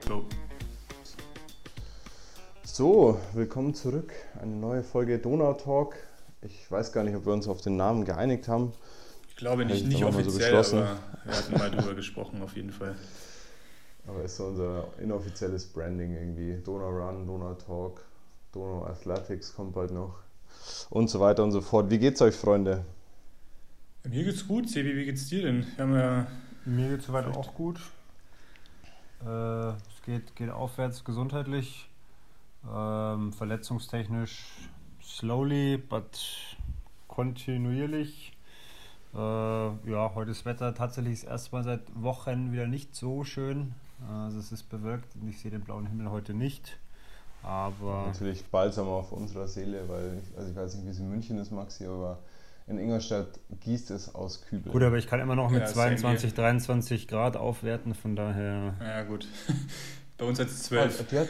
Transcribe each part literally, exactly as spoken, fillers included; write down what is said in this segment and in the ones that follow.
Go. So, willkommen zurück. Eine neue Folge Donau Talk. Ich weiß gar nicht, ob wir uns auf den Namen geeinigt haben. Ich glaube nicht, Hätte ich nicht dann auch mal so offiziell, beschlossen. aber wir hatten mal drüber gesprochen auf jeden Fall. Aber ist so unser inoffizielles Branding irgendwie. Donau Run, Donau Talk, Donau Athletics kommt bald noch und so weiter und so fort. Wie geht's euch, Freunde? Mir geht's gut, Sebi, wie geht's dir denn? Wir haben ja Mir geht es soweit vielleicht- auch gut. Äh, es geht, geht aufwärts gesundheitlich, ähm, verletzungstechnisch slowly, but kontinuierlich. Äh, ja, heute ist das Wetter tatsächlich das erste Mal seit Wochen wieder nicht so schön. Also es ist bewölkt und ich sehe den blauen Himmel heute nicht. Aber Natürlich balsam auf unserer Seele, weil ich, also ich weiß nicht, wie es in München ist, Maxi, aber in Ingolstadt gießt es aus Kübeln. gut, aber ich kann immer noch mit Ja, same zweiundzwanzig, dreiundzwanzig Grad aufwerten, von daher. Ja gut, bei uns hat es Ah, zwölf. Die hat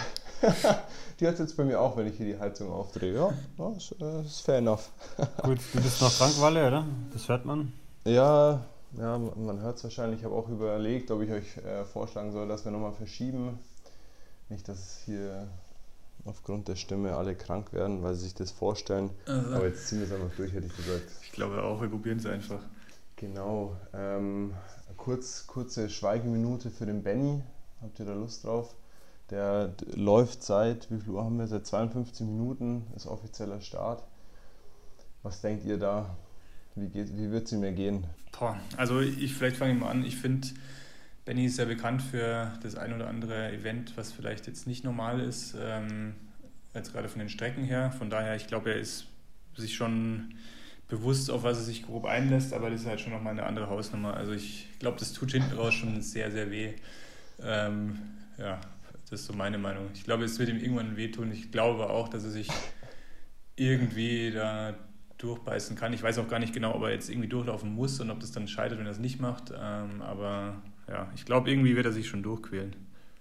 die hat jetzt bei mir auch, wenn ich hier die Heizung aufdrehe. Ja, ja, ist, äh, ist fair enough. Gut, du bist noch krank, Walle, oder? Das hört man. Ja, ja, man hört es wahrscheinlich. Ich habe auch überlegt, ob ich euch äh, vorschlagen soll, dass wir nochmal verschieben. Nicht, dass hier aufgrund der Stimme alle krank werden, weil sie sich das vorstellen. Also, Aber jetzt ziehen wir es einfach durch, hätte ich gesagt. ich glaube auch, wir probieren es einfach. Genau. Ähm, kurz, kurze Schweigeminute für den Benny. Habt ihr da Lust drauf? Der d- läuft seit, wie viel Uhr haben wir? Seit zweiundfünfzig Minuten ist offizieller Start. Was denkt ihr da? Wie, geht, wie wird es ihm mir gehen? Boah, also ich vielleicht fange ich mal an. Ich finde, Benny ist ja bekannt für das ein oder andere Event, was vielleicht jetzt nicht normal ist, ähm, jetzt gerade von den Strecken her. Von daher, ich glaube, er ist sich schon bewusst, auf was er sich grob einlässt, aber das ist halt schon nochmal eine andere Hausnummer. Also ich glaube, das tut hinten raus schon sehr, sehr weh. Ähm, ja, das ist so meine Meinung. Ich glaube, es wird ihm irgendwann wehtun. Ich glaube auch, dass er sich irgendwie da durchbeißen kann. Ich weiß auch gar nicht genau, ob er jetzt irgendwie durchlaufen muss und ob das dann scheitert, wenn er es nicht macht. Ähm, aber ja, ich glaube, irgendwie wird er sich schon durchquälen.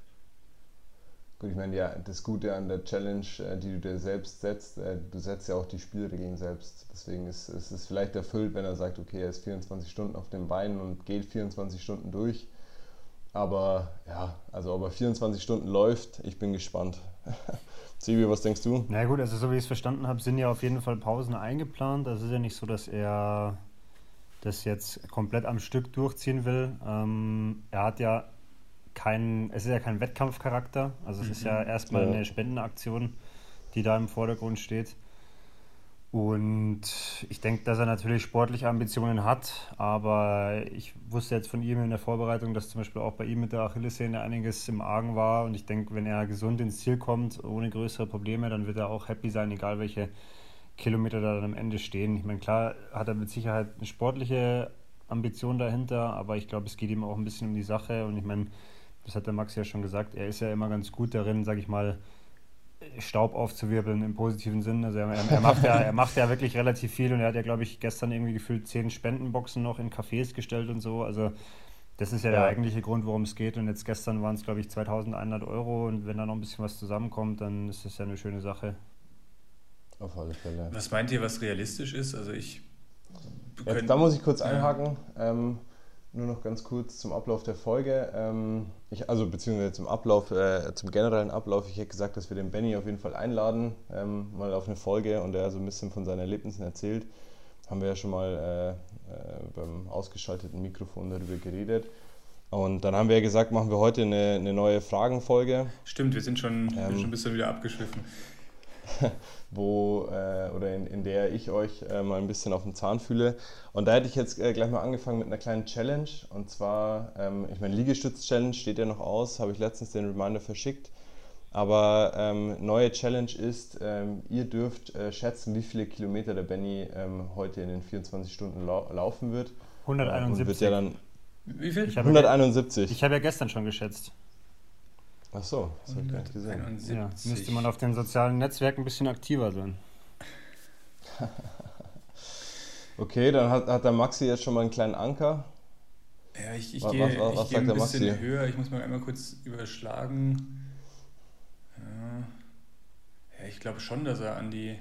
Gut, ich meine, ja, das Gute an der Challenge, äh, die du dir selbst setzt, äh, du setzt ja auch die Spielregeln selbst. Deswegen ist ist es vielleicht erfüllt, wenn er sagt, okay, er ist vierundzwanzig Stunden auf den Beinen und geht vierundzwanzig Stunden durch. Aber ja, also ob er vierundzwanzig Stunden läuft, ich bin gespannt. Sibi, was denkst du? Na gut, also so wie ich es verstanden habe, sind ja auf jeden Fall Pausen eingeplant. Also es ist ja nicht so, dass er das jetzt komplett am Stück durchziehen will. Ähm, er hat ja keinen, es ist ja kein Wettkampfcharakter. Also es ist ja erstmal Ja. eine Spendenaktion, die da im Vordergrund steht. Und ich denke, dass er natürlich sportliche Ambitionen hat, aber ich wusste jetzt von ihm in der Vorbereitung, dass zum Beispiel auch bei ihm mit der Achillessehne einiges im Argen war. Und ich denke, wenn er gesund ins Ziel kommt, ohne größere Probleme, dann wird er auch happy sein, egal welche Kilometer da dann am Ende stehen. Ich meine, klar hat er mit Sicherheit eine sportliche Ambition dahinter, aber ich glaube, es geht ihm auch ein bisschen um die Sache. Und ich meine, das hat der Max ja schon gesagt, er ist ja immer ganz gut darin, sage ich mal, Staub aufzuwirbeln im positiven Sinn. Also er, er, macht ja, er macht ja wirklich relativ viel und er hat ja, glaube ich, gestern irgendwie gefühlt zehn Spendenboxen noch in Cafés gestellt und so. Also das ist ja, der Ja. eigentliche Grund, worum es geht. Und jetzt gestern waren es, glaube ich, zweitausendeinhundert Euro und wenn da noch ein bisschen was zusammenkommt, dann ist das ja eine schöne Sache. Auf alle Fälle. Was meint ihr, was realistisch ist? Also ich... wir Jetzt, können- da muss ich kurz Ja. einhaken. Ähm, nur noch ganz kurz zum Ablauf der Folge. Ähm, ich, also beziehungsweise zum Ablauf, äh, zum generellen Ablauf. Ich hätte gesagt, dass wir den Benny auf jeden Fall einladen, ähm, mal auf eine Folge und er so ein bisschen von seinen Erlebnissen erzählt. Haben wir ja schon mal äh, äh, beim ausgeschalteten Mikrofon darüber geredet. Und dann haben wir ja gesagt, machen wir heute eine, eine neue Fragenfolge. Stimmt, wir sind schon, wir sind Ähm. schon ein bisschen wieder abgeschwiffen. wo äh, oder in, in der ich euch äh, mal ein bisschen auf den Zahn fühle. Und da hätte ich jetzt äh, gleich mal angefangen mit einer kleinen Challenge. Und zwar, ähm, ich meine, Liegestütz-Challenge steht ja noch aus, habe ich letztens den Reminder verschickt. Aber ähm, neue Challenge ist, ähm, ihr dürft äh, schätzen, wie viele Kilometer der Benny ähm, heute in den vierundzwanzig Stunden lau laufen wird. Äh, und wird hunderteinundsiebzig. ja dann Wie viel? Ich habe hunderteinundsiebzig. ich habe ja gestern schon geschätzt. Ach so, das habe ich gar nicht gesehen. Ja, hunderteinundsiebzig. müsste man auf den sozialen Netzwerken ein bisschen aktiver sein. Okay, dann hat, hat der Maxi jetzt schon mal einen kleinen Anker. Ja, ich, ich Was- gehe was- was ich sagt gehe ein der bisschen Maxi? höher. Ich muss mal einmal kurz überschlagen. Ja, ja ich glaube schon, dass er an die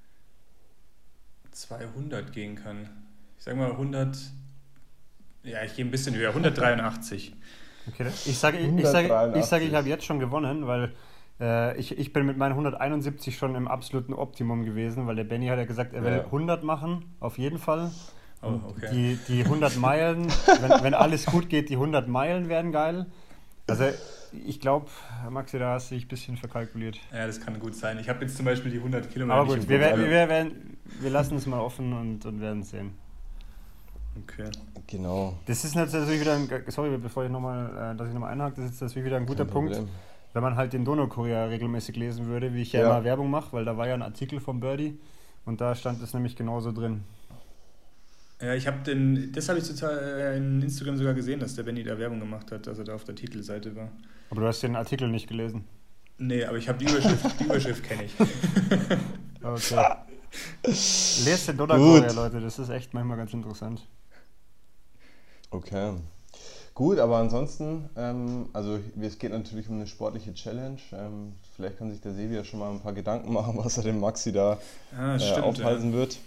zweihundert gehen kann. Ich sage mal hundert. Ja, ich gehe ein bisschen höher. hundertdreiundachtzig. Okay, ich sage, ich, ich sage, ich, sage, ich habe jetzt schon gewonnen, weil äh, ich, ich bin mit meinen hunderteinundsiebzig schon im absoluten Optimum gewesen, weil der Benny hat ja gesagt, er will Ja. hundert machen, auf jeden Fall. Oh, Und okay. die, die hundert Meilen, wenn, wenn alles gut geht, die hundert Meilen werden geil. Also ich glaube, Maxi, da hast du dich ein bisschen verkalkuliert. Ja, das kann gut sein. Ich habe jetzt zum Beispiel die hundert Kilometer Aber nicht gut, im wir, Kopf. werden, wir, werden, wir lassen es mal offen und, und werden sehen. Okay. Genau. Das ist jetzt natürlich wieder ein, sorry, bevor ich nochmal, äh, dass ich nochmal einhake, das ist natürlich wieder ein guter Kein Punkt, Problem. wenn man halt den Donaukurier regelmäßig lesen würde, wie ich ja, Ja. immer Werbung mache, weil da war ja ein Artikel vom Birdie und da stand es nämlich genauso drin. Ja, ich habe den, das habe ich total äh, in Instagram sogar gesehen, dass der Benny da Werbung gemacht hat, dass er da auf der Titelseite war. Aber du hast den Artikel nicht gelesen. Nee, aber ich habe die Überschrift, die Überschrift kenne ich. Okay. Lest den Donaukurier, Leute, das ist echt manchmal ganz interessant. Okay. Gut, aber ansonsten, ähm, also es geht natürlich um eine sportliche Challenge. Ähm, vielleicht kann sich der Sevi ja schon mal ein paar Gedanken machen, was er dem Maxi da Ah, äh, stimmt. aufhalten wird.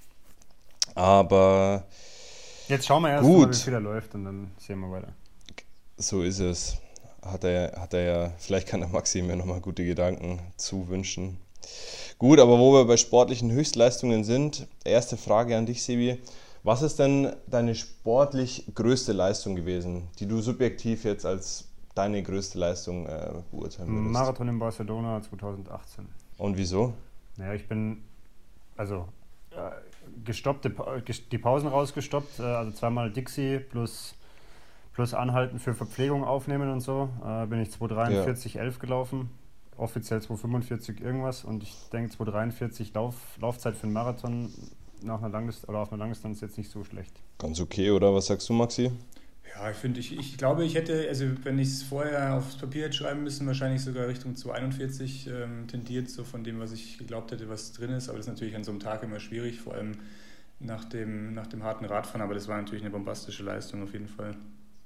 Aber Jetzt schauen wir erst Gut. mal, wie es wieder läuft und dann sehen wir weiter. so ist es. Hat er, hat er ja, vielleicht kann der Maxi mir nochmal gute Gedanken zuwünschen. Gut, aber wo wir bei sportlichen Höchstleistungen sind, erste Frage an dich, Sebi. Was ist denn deine sportlich größte Leistung gewesen, die du subjektiv jetzt als deine größte Leistung äh, beurteilen würdest? Marathon in Barcelona zweitausendachtzehn. Und wieso? Naja, ich bin, also äh, gestoppte, Pa- ges- die Pausen rausgestoppt, äh, also zweimal Dixie plus, plus Anhalten für Verpflegung aufnehmen und so, äh, bin ich zwei dreiundvierzig elf gelaufen, offiziell zwei fünfundvierzig irgendwas und ich denke zwei dreiundvierzig Lauf, Laufzeit für einen Marathon nach einer Langdistanz oder auf einer Langdistanz jetzt nicht so schlecht. Ganz okay, oder? Was sagst du, Maxi? Ja, ich finde, ich, ich glaube, ich hätte, also wenn ich es vorher aufs Papier hätte schreiben müssen, wahrscheinlich sogar Richtung zwei einundvierzig ähm, tendiert, so von dem, was ich geglaubt hätte, was drin ist. Aber das ist natürlich an so einem Tag immer schwierig, vor allem nach dem, nach dem harten Radfahren. Aber das war natürlich eine bombastische Leistung auf jeden Fall.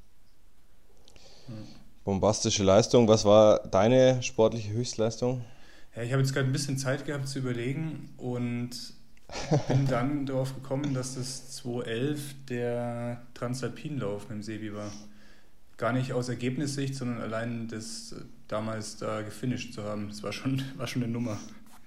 Bombastische Leistung. Was war deine sportliche Höchstleistung? Ja, ich habe jetzt gerade ein bisschen Zeit gehabt zu überlegen und bin dann darauf gekommen, dass das zwei elf der Transalpinlauf mit dem Sebi war. Gar nicht aus Ergebnissicht, sondern allein das äh, damals da gefinisht zu haben. Das war schon, war schon eine Nummer.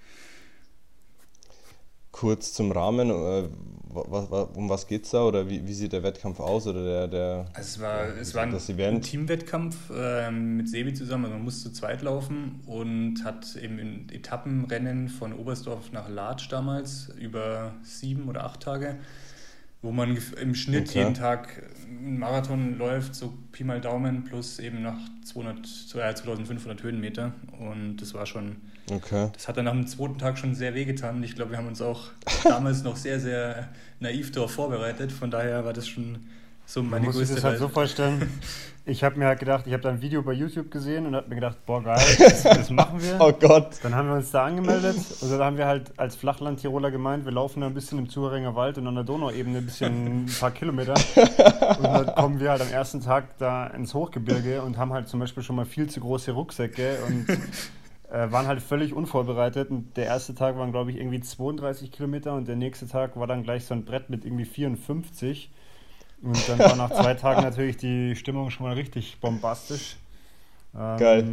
Kurz zum Rahmen, äh, wa- wa- um was geht's da oder wie, wie sieht der Wettkampf aus oder der, der Also es war, ja, es wie war sieht ein, das ein Event? Teamwettkampf ähm, mit Sebi zusammen. Also man musste zu zweit laufen und hat eben in Etappenrennen von Oberstdorf nach Latsch damals über sieben oder acht Tage, wo man gef- im Schnitt Okay. jeden Tag einen Marathon läuft, so Pi mal Daumen, plus eben nach zweihundert, äh, zweitausendfünfhundert Höhenmeter. Und das war schon, Okay. das hat dann nach dem zweiten Tag schon sehr wehgetan. Ich glaube, wir haben uns auch damals noch sehr, sehr naiv darauf vorbereitet. Von daher war das schon so Man meine muss sich größte das halt so Leistung. vorstellen, ich habe mir halt gedacht, ich habe da ein Video bei YouTube gesehen und habe mir gedacht, boah geil, das, das machen wir. Oh Gott. Dann haben wir uns da angemeldet und dann haben wir halt als Flachland-Tiroler gemeint, wir laufen da ein bisschen im Zuheringer Wald und an der Donauebene ein bisschen ein paar Kilometer. Und dann kommen wir halt am ersten Tag da ins Hochgebirge und haben halt zum Beispiel schon mal viel zu große Rucksäcke und äh, waren halt völlig unvorbereitet. Und der erste Tag waren, glaube ich, irgendwie zweiunddreißig Kilometer und der nächste Tag war dann gleich so ein Brett mit irgendwie vierundfünfzig. Und dann war nach zwei Tagen natürlich die Stimmung schon mal richtig bombastisch. Ähm, Geil.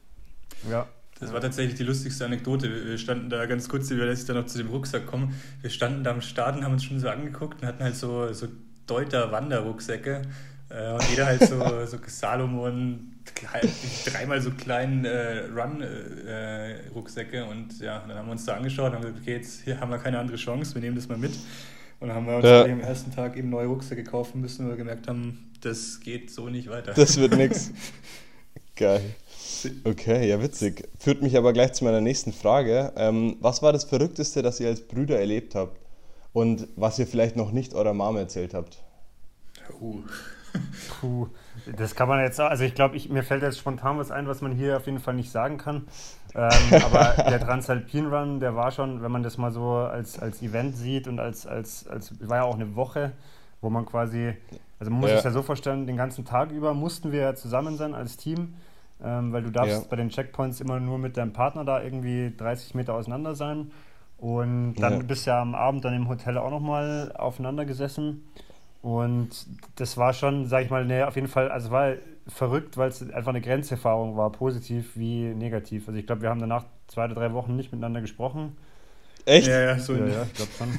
Ja. Das war tatsächlich die lustigste Anekdote. Wir standen da ganz kurz, dass ich dann noch zu dem Rucksack komme. Wir standen da am Start und haben uns schon so angeguckt und hatten halt so, so Deuter-Wanderrucksäcke. Äh, und jeder halt so, so Salomon, klein- dreimal so kleinen äh, Run-Rucksäcke. Und ja, dann haben wir uns da angeschaut und haben gesagt, okay, jetzt hier haben wir keine andere Chance, wir nehmen das mal mit. Und dann haben wir uns Ja. gleich am ersten Tag eben neue Rucksäcke kaufen müssen, weil wir gemerkt haben, das geht so nicht weiter. Das wird nix. Geil. Okay, ja witzig. Führt mich aber gleich zu meiner nächsten Frage. Ähm, was war das Verrückteste, das ihr als Brüder erlebt habt? Und was ihr vielleicht noch nicht eurer Mama erzählt habt? Uh. Puh, das kann man jetzt, also ich glaube, ich, mir fällt jetzt spontan was ein, was man hier auf jeden Fall nicht sagen kann. Ähm, aber der Transalpin Run, der war schon, wenn man das mal so als, als Event sieht und als, als, als, war ja auch eine Woche, wo man quasi, also man muss Ja. es ja so vorstellen, den ganzen Tag über mussten wir ja zusammen sein als Team, ähm, weil du darfst Ja. bei den Checkpoints immer nur mit deinem Partner da irgendwie dreißig Meter auseinander sein und dann Ja. bist du ja am Abend dann im Hotel auch nochmal aufeinander gesessen. Und das war schon, sag ich mal, ne, auf jeden Fall, also war verrückt, weil es einfach eine Grenzerfahrung war, positiv wie negativ. Also ich glaube, wir haben danach zwei oder drei Wochen nicht miteinander gesprochen. Echt? Ja, ja, so Ja, in, ja, ich glaube schon.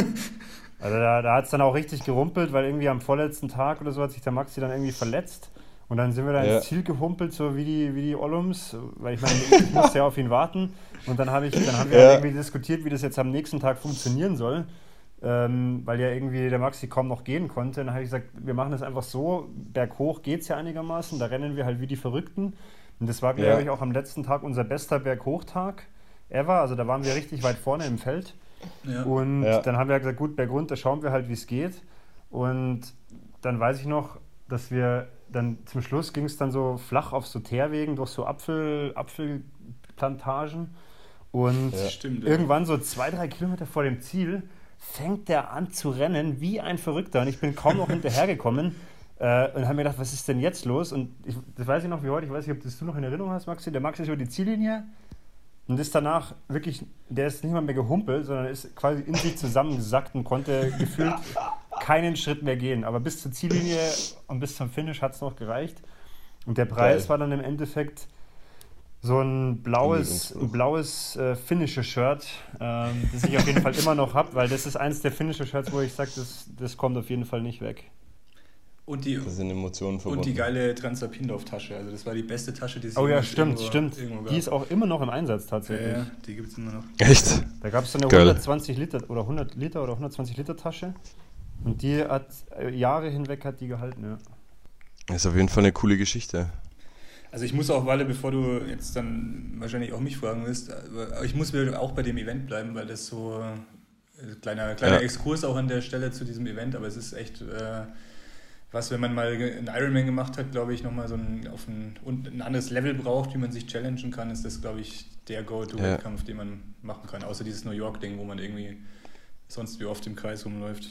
Also da, da hat es dann auch richtig gerumpelt, weil irgendwie am vorletzten Tag oder so hat sich der Maxi dann irgendwie verletzt. Und dann sind wir da Ja. ins Ziel gehumpelt, so wie die, wie die Ollums, weil ich meine, ich musste ja auf ihn warten. Und dann, hab ich, dann haben wir Ja. halt irgendwie diskutiert, wie das jetzt am nächsten Tag funktionieren soll, ähm, weil ja irgendwie der Maxi kaum noch gehen konnte. Dann habe ich gesagt, wir machen das einfach so, berghoch geht es ja einigermaßen, da rennen wir halt wie die Verrückten. Und das war, glaube Ja. ich, auch am letzten Tag unser bester Berghochtag ever. Also da waren wir richtig weit vorne im Feld. ja. Und Ja. dann haben wir gesagt, gut, bergunter schauen wir halt, wie es geht. Und dann weiß ich noch, dass wir dann zum Schluss ging es dann so flach auf so Teerwegen durch so Apfel, Apfelplantagen. Und Ja. Stimmt. Ja. irgendwann so zwei, drei Kilometer vor dem Ziel fängt der an zu rennen wie ein Verrückter. Und ich bin kaum noch hinterhergekommen. Äh, und habe mir gedacht, was ist denn jetzt los? Und ich, das weiß ich noch wie heute, ich weiß nicht, ob das du noch in Erinnerung hast, Maxi. Der Maxi ist über die Ziellinie und ist danach wirklich, der ist nicht mal mehr gehumpelt, sondern ist quasi in sich zusammengesackt und konnte gefühlt keinen Schritt mehr gehen. Aber bis zur Ziellinie und bis zum Finish hat es noch gereicht. Und der Preis Geil. war dann im Endeffekt so ein blaues, Unbedingt. ein blaues äh, Finisher-Shirt, ähm, das ich auf jeden Fall immer noch habe, weil das ist eins der Finisher-Shirts, wo ich sage, das, das kommt auf jeden Fall nicht weg. Und die, Da sind Emotionen verbunden. und die geile Transalpindorf-Tasche. Also das war die beste Tasche, die es Oh ja, jemals stimmt, irgendwo, stimmt. irgendwo gab. Die ist auch immer noch im Einsatz ja, tatsächlich. ja, die gibt es immer noch. Echt? Da gab es so eine Geil. hundertzwanzig Liter oder hundert Liter oder hundertzwanzig Liter Tasche und die hat äh, Jahre hinweg hat die gehalten, ja. Das ist auf jeden Fall eine coole Geschichte. Also ich muss auch, Walle, bevor du jetzt dann wahrscheinlich auch mich fragen wirst, aber ich muss wieder auch bei dem Event bleiben, weil das so äh, kleiner, kleiner Ja. Exkurs auch an der Stelle zu diesem Event, aber es ist echt äh, was, wenn man mal einen Ironman gemacht hat, glaube ich, nochmal so ein, auf ein, und ein anderes Level braucht, wie man sich challengen kann, ist das, glaube ich, der Go-To-Wettkampf, den man machen kann. Außer dieses New York-Ding, wo man irgendwie sonst wie oft im Kreis rumläuft.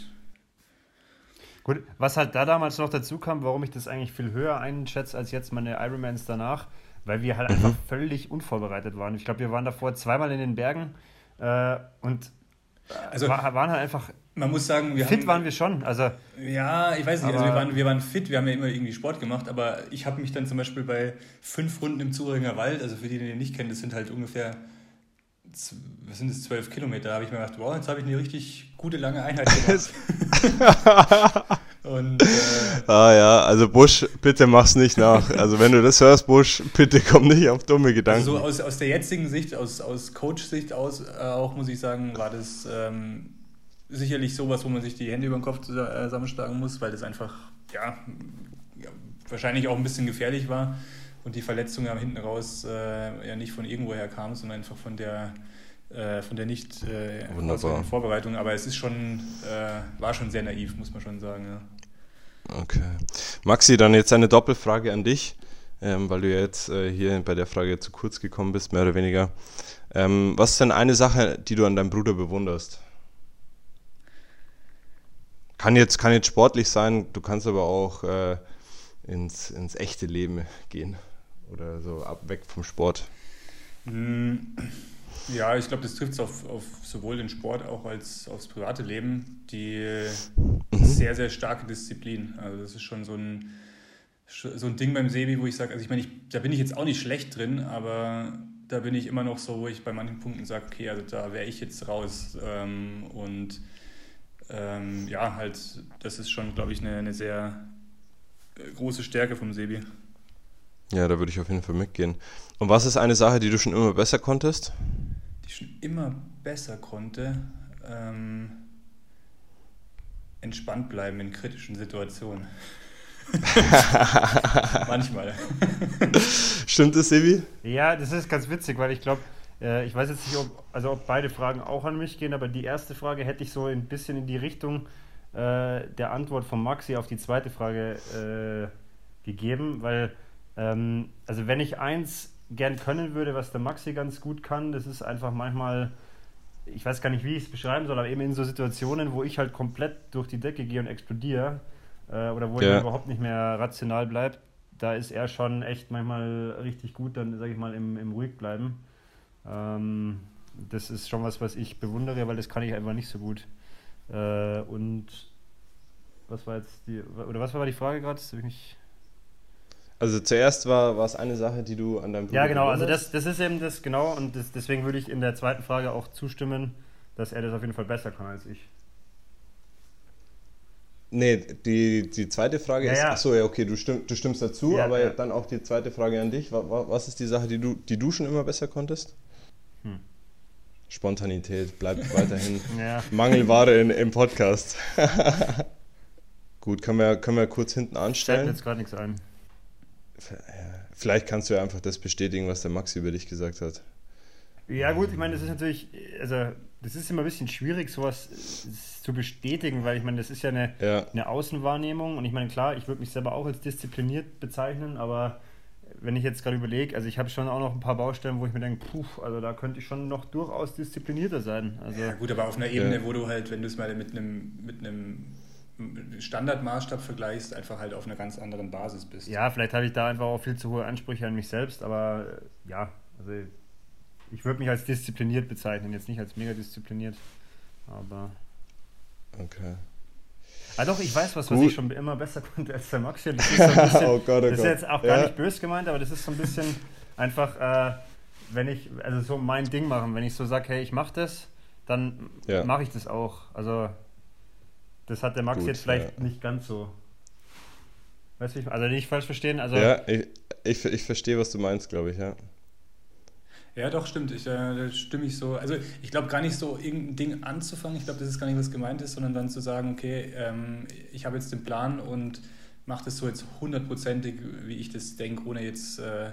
Gut, was halt da damals noch dazu kam, warum ich das eigentlich viel höher einschätze als jetzt meine Ironmans danach, weil wir halt einfach völlig unvorbereitet waren. Ich glaube, wir waren davor zweimal in den Bergen äh, und Also war, waren halt einfach, man muss sagen, wir fit haben... waren wir schon. Also Ja, ich weiß nicht, also Aber- wir waren, wir waren fit, wir haben ja immer irgendwie Sport gemacht, aber ich habe mich dann zum Beispiel bei fünf Runden im Zuringer Wald, also für die, die den nicht kennen, das sind halt ungefähr, z- was sind das, zwölf Kilometer, da habe ich mir gedacht, wow, jetzt habe ich eine richtig gute lange Einheit gemacht. Und äh, Ah ja, also Busch, bitte mach's nicht nach. Also wenn du das hörst, Busch, bitte komm nicht auf dumme Gedanken. also so aus, aus der jetzigen Sicht, aus, aus Coach-Sicht aus, äh, auch muss ich sagen, war das ähm, sicherlich sowas, wo man sich die Hände über den Kopf zusammenschlagen muss, weil das einfach, ja, ja, wahrscheinlich auch ein bisschen gefährlich war und die Verletzung ja hinten raus äh, ja nicht von irgendwoher kam, sondern einfach von der äh, von der nicht äh, Wunderbar. ausreichenden Vorbereitung. Aber es ist schon, äh, war schon sehr naiv, muss man schon sagen. Ja. Okay. Maxi, dann jetzt eine Doppelfrage an dich, ähm, weil du ja jetzt äh, hier bei der Frage zu kurz gekommen bist, mehr oder weniger. Ähm, was ist denn eine Sache, die du an deinem Bruder bewunderst? Kann jetzt, kann jetzt sportlich sein, du kannst aber auch äh, ins, ins echte Leben gehen oder so ab weg vom Sport. Mm, Ja, ich glaube, das trifft es auf, auf sowohl den Sport auch als aufs private Leben. Die sehr, sehr starke Disziplin. Also das ist schon so ein, so ein Ding beim Sebi, wo ich sage, also ich meine, ich, da bin ich jetzt auch nicht schlecht drin, aber da bin ich immer noch so, wo ich bei manchen Punkten sage, okay, also da wäre ich jetzt raus. Ähm, und ähm, ja, halt, das ist schon, glaube ich, eine, eine sehr äh, große Stärke vom Sebi. Ja, da würde ich auf jeden Fall mitgehen. Und was ist eine Sache, die du schon immer besser konntest? Die ich schon immer besser konnte, ähm, entspannt bleiben in kritischen Situationen. Manchmal. Stimmt das, Sebi? Ja, das ist ganz witzig, weil ich glaube, äh, ich weiß jetzt nicht, ob, also ob beide Fragen auch an mich gehen, aber die erste Frage hätte ich so ein bisschen in die Richtung äh, der Antwort von Maxi auf die zweite Frage äh, gegeben, weil, ähm, also wenn ich eins gern können würde, was der Maxi ganz gut kann, das ist einfach manchmal, ich weiß gar nicht, wie ich es beschreiben soll, aber eben in so Situationen, wo ich halt komplett durch die Decke gehe und explodiere, äh, oder wo Ja. ich überhaupt nicht mehr rational bleibe, da ist er schon echt manchmal richtig gut, dann sage ich mal im, im ruhig bleiben. Ähm, das ist schon was, was ich bewundere, weil das kann ich einfach nicht so gut. Äh, und was war jetzt die, oder was war die Frage gerade? Also zuerst war, war es eine Sache, die du an deinem Bruder Ja, genau, also bewunderst. das, das ist eben das, genau, und das, deswegen würde ich in der zweiten Frage auch zustimmen, dass er das auf jeden Fall besser kann als ich. Nee, die, die zweite Frage Ja, ist, ja. achso, ja, okay, du, stimm, du stimmst dazu, Ja, aber ja. dann auch die zweite Frage an dich. Wa- wa- Was ist die Sache, die du, die du schon immer besser konntest? Hm. Spontanität bleibt weiterhin Ja. Mangelware in, im Podcast. Gut, können wir, können wir kurz hinten Fällt mir anstellen. jetzt gerade nichts ein. Vielleicht kannst du ja einfach das bestätigen, was der Maxi über dich gesagt hat. Ja gut, ich meine, das ist natürlich, also das ist immer ein bisschen schwierig, sowas äh, zu bestätigen, weil ich meine, das ist ja eine, Ja, eine Außenwahrnehmung und ich meine, klar, ich würde mich selber auch als diszipliniert bezeichnen, aber wenn ich jetzt gerade überlege, also ich habe schon auch noch ein paar Baustellen, wo ich mir denke, puh, also da könnte ich schon noch durchaus disziplinierter sein. Also Ja gut, aber auf einer Ebene, Ja. wo du halt, wenn du es mal mit einem, mit einem Standardmaßstab vergleichst, einfach halt auf einer ganz anderen Basis bist. ja, vielleicht habe ich da einfach auch viel zu hohe Ansprüche an mich selbst, aber äh, ja, also ich würde mich als diszipliniert bezeichnen, jetzt nicht als mega diszipliniert, aber... okay. Ah doch, ich weiß was, was Gut. ich schon immer besser konnte als der Maxi. Das ist, so ein bisschen, Oh Gott, oh das ist Gott. jetzt auch gar Ja. nicht böse gemeint, aber das ist so ein bisschen einfach, äh, wenn ich, also so mein Ding machen, wenn ich so sage, hey, ich mache das, dann Ja. mache ich das auch. Also das hat der Max Gut, jetzt vielleicht ja. nicht ganz so. Weißt du, wie ich- also nicht falsch verstehen, also Ja, ich, ich, ich verstehe, was du meinst, glaube ich, ja. Ja, doch, stimmt. Ich, äh, da stimme ich so. Also ich glaube gar nicht so, irgendein Ding anzufangen. Ich glaube, das ist gar nicht, was gemeint ist, sondern dann zu sagen, okay, ähm, ich habe jetzt den Plan und mache das so jetzt hundertprozentig, wie ich das denke, ohne jetzt äh,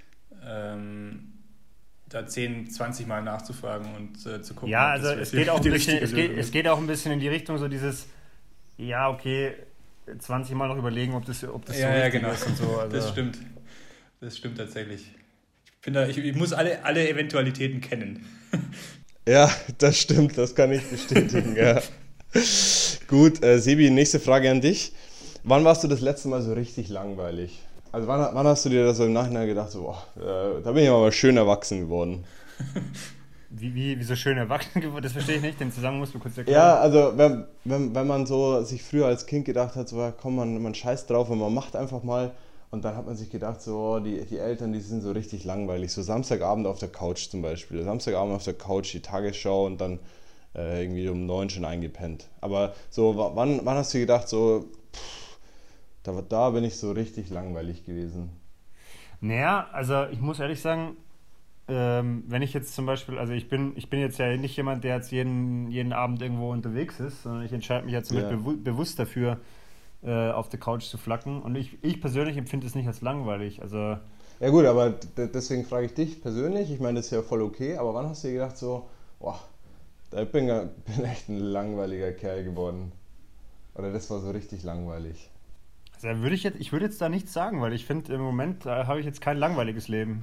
ähm, da zehn, zwanzig Mal nachzufragen und äh, zu gucken, ja, ob also das es für geht auch ein die bisschen, richtige es geht, Lösung es ist. geht auch ein bisschen in die Richtung so dieses, ja, okay, zwanzig Mal noch überlegen, ob das, ob das so Ja, ja, richtig genau. ist und so. Also. Das stimmt. Das stimmt tatsächlich. Ich, bin da, ich, ich muss alle, alle Eventualitäten kennen. Ja, das stimmt, das kann ich bestätigen, ja. Gut, äh, Sebi, nächste Frage an dich. Wann warst du das letzte Mal so richtig langweilig? Also wann, wann hast du dir da so im Nachhinein gedacht, so, boah, äh, da bin ich aber schön erwachsen geworden? Wie, wie, wie so schön erwachsen geworden, das verstehe ich nicht, den Zusammenhang musst du kurz erklären. Ja, also wenn, wenn, wenn man so sich früher als Kind gedacht hat, so, ja, komm, man, man scheißt drauf und man macht einfach mal. Und dann hat man sich gedacht, so, oh, die, die Eltern, die sind so richtig langweilig. So Samstagabend auf der Couch zum Beispiel. Samstagabend auf der Couch, die Tagesschau und dann äh, irgendwie um neun schon eingepennt. Aber so, wa- wann, wann hast du gedacht, so, pff, da, da bin ich so richtig langweilig gewesen? Naja, also ich muss ehrlich sagen, ähm, wenn ich jetzt zum Beispiel, also ich bin, ich bin jetzt ja nicht jemand, der jetzt jeden, jeden Abend irgendwo unterwegs ist, sondern ich entscheide mich ja zum Ja. Beispiel bewu- bewusst dafür, äh, auf der Couch zu flacken. Und ich, ich persönlich empfinde es nicht als langweilig. Also Ja gut, aber d- deswegen frage ich dich persönlich, ich meine, das ist ja voll okay, aber wann hast du dir gedacht, so, boah, da bin ich bin echt ein langweiliger Kerl geworden? Oder das war so richtig langweilig? Also würde ich jetzt, ich würde jetzt da nichts sagen, weil ich finde, im Moment äh, habe ich jetzt kein langweiliges Leben.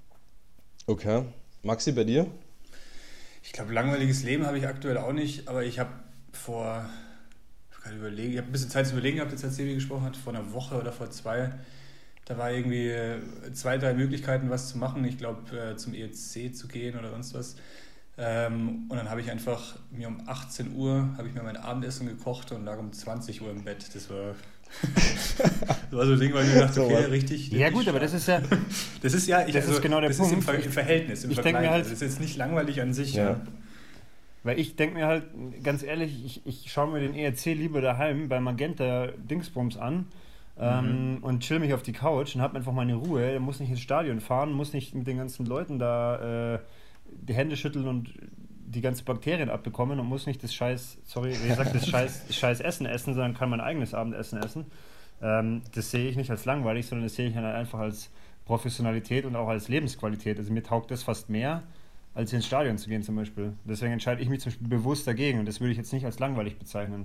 Okay. Maxi, bei dir? Ich glaube, langweiliges Leben habe ich aktuell auch nicht, aber ich habe vor, ich kann überlegen, ich habe ein bisschen Zeit zu überlegen gehabt, jetzt als Sebi gesprochen hat, vor einer Woche oder vor zwei. Da war irgendwie äh, zwei, drei Möglichkeiten, was zu machen. Ich glaube, äh, zum E S C zu gehen oder sonst was. Ähm, und dann habe ich einfach mir um achtzehn Uhr habe ich mir mein Abendessen gekocht und lag um zwanzig Uhr im Bett. Das war, das war so ein Ding, weil ich mir dachte, So okay, was. richtig. Ja richtig gut, aber das stark. ist ja, Das ist ja, ich, das ist also, genau der das ist im, Punkt. Ver Ich- im Verhältnis, im ich denke Vergleich. mir halt- Also, das ist jetzt nicht langweilig an sich. Ja. Ja. weil ich denke mir halt, ganz ehrlich, ich, ich schaue mir den E R C lieber daheim bei Magenta Dingsbums an ähm, und chill mich auf die Couch und habe einfach meine Ruhe. Muss nicht ins Stadion fahren, muss nicht mit den ganzen Leuten da äh, die Hände schütteln und die ganzen Bakterien abbekommen und muss nicht das scheiß, sorry, wie gesagt, das scheiß, scheiß Essen essen, sondern kann mein eigenes Abendessen essen. Ähm, das sehe ich nicht als langweilig, sondern das sehe ich halt einfach als Professionalität und auch als Lebensqualität. Also mir taugt das fast mehr, als ins Stadion zu gehen zum Beispiel. Deswegen entscheide ich mich zum Beispiel bewusst dagegen und das würde ich jetzt nicht als langweilig bezeichnen.